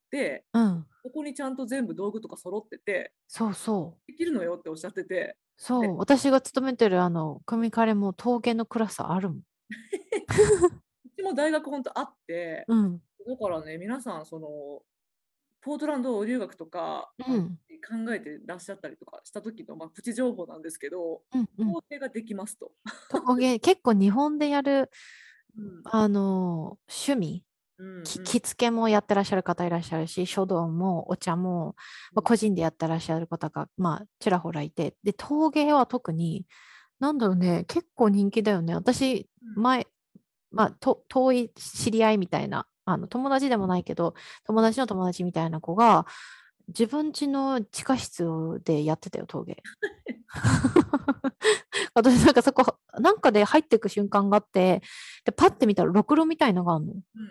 うん。 ここにちゃんと全部道具とか揃ってて、 そうそう。 できるのよっておっしゃってて、で、 そう。私が勤めてるあの、組カレも陶芸のクラスあるもん。 うちも大学本当あって、 うん。 だからね、皆さん、その、ポートランド留学とかあのうん。 考えてらっしゃったりとかした時の、まあ、プチ情報なんですけど、 うんうん。 工程ができますと。 陶芸、結構日本でやる、 うん、 あの、趣味、 うん、 きうん、 着付けもやってらっしゃる方いらっしゃるし、書道もお茶も、まあ、個人でやってらっしゃる方が、まあ、ちらほらいて、で、陶芸は特に、なんだろうね、結構人気だよね。私、 うん、 前、まあ、と遠い知り合いみたいな、あの友達でもないけど、友達の友達みたいな子が、自分家の地下室でやってたよ、陶芸。私なんかそこ、なんかで入っていく瞬間があって、で、パッて見たら、ろくろみたいのがあるの。 うん、うん、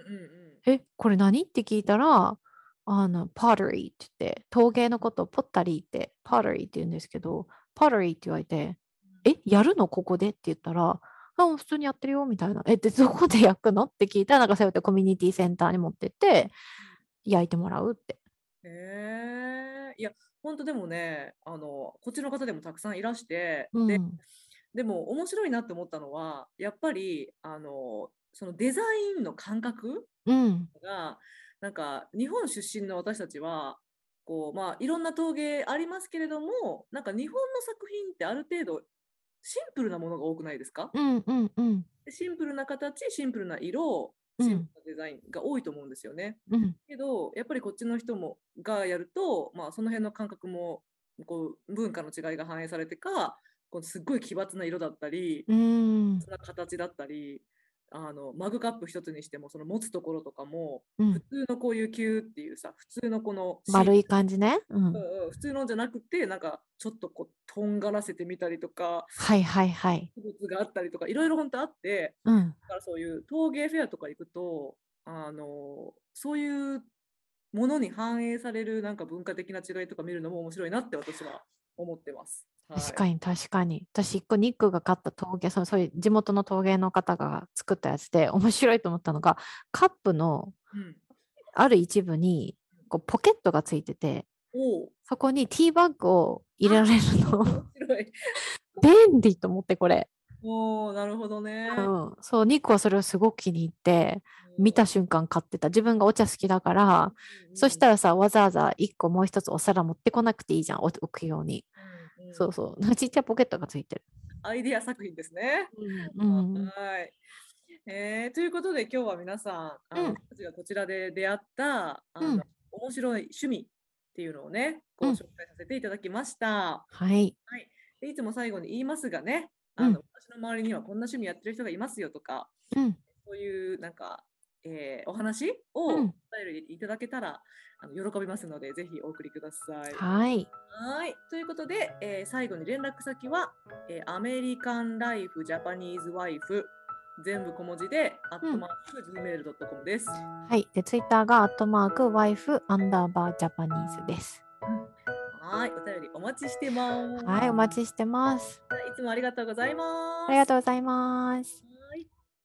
え、これ何って聞いたら、あの、パトリーって言って、陶芸のことをポッタリーって、パトリーって言うんですけど、パトリーって言われて、え、やるのここでって言ったら、あ、普通にやってるよみたいな。え、で、どこで焼くのって聞いたら、なんかそうやってコミュニティセンターに持ってって、焼いてもらうって。 へえ、いや、本当でもね、あの、こっちの方でもたくさんいらして、で、 うん。 でも面白いなって思ったのは、やっぱり、あの、そのデザインの感覚うん。 が、なんか日本出身の私たちは、こう、まあ、いろんな陶芸ありますけれども、なんか日本の作品ってある程度シンプルなものが多くないですか？ うん。うん。うん。 シンプルな形、シンプルな色シンプルなデザインが多いと思うんですよね。 うん、 けどやっぱりこっちの人もがやると、まあ、その辺の感覚もこう文化の違いが反映されてか、こうすっごい奇抜な色だったり、 うん、 そんな形だったり、あのマグカップ一つにしてもその持つところとかも、普うん。 通のこういうキューっていうさ、普通のこのシール、 丸い感じね。うん。 うんうん、普通のじゃなくて、なんかちょっとこうとんがらせてみたりとか、 はいはいはい。 物があったりとか、いろいろ本当あって、 うん。 だからそういう陶芸フェアとか行くと、あのそういうものに反映されるなんか文化的な違いとか見るのも面白いなって私は思ってます。はい。 確かに確かに。私、一個ニックが買った陶芸、そのそういう地元の陶芸の方が作ったやつで面白いと思ったのが、カップのうん。 ある一部にこうポケットがついてて、 おお。 そこにティーバッグを入れらあ、 れるの。 面白い。 便利と思ってこれ。 おお、なるほどね。 うん、そう、ニックはそれをすごく気に入って、見うんた瞬間買ってた。自分がお茶好きだから、そうんうんしたらさ、わざわざ一個もう一つお皿持ってこなくていいじゃん、置くように。 うんうん。 そうそう。ちっちゃいポケットがついてる。 アイディア作品ですね。 うん。うん。 はい。えーということで今日は皆さん、あの、 うん。 私たちがこちらで出会ったあのうん。 面白い趣味っていうのをね、 うん。 ご紹介させていただきました。 はい。 はい。でいつも最後に言いますがね、 うん。 あの私の周りにはこんな趣味やってる人がいますよとか、 うん。 そういうなんか、えーお話をおうん。 便りいただけたらあの喜びますので、ぜひお送りください。 はい。 はい。ということで、えー最後に連絡先は、えーアメリカンライフジャパニーズワイフ全部小文字で、アッうん。 トマーク ジーメールドットコム です。 はい。で、ツイッターがアットマークワイフアンダーバージャパニーズです。 はい。お便りお待ちしてます。 はい。お待ちしてます。 いつもありがとうございあます。 りがとうございます。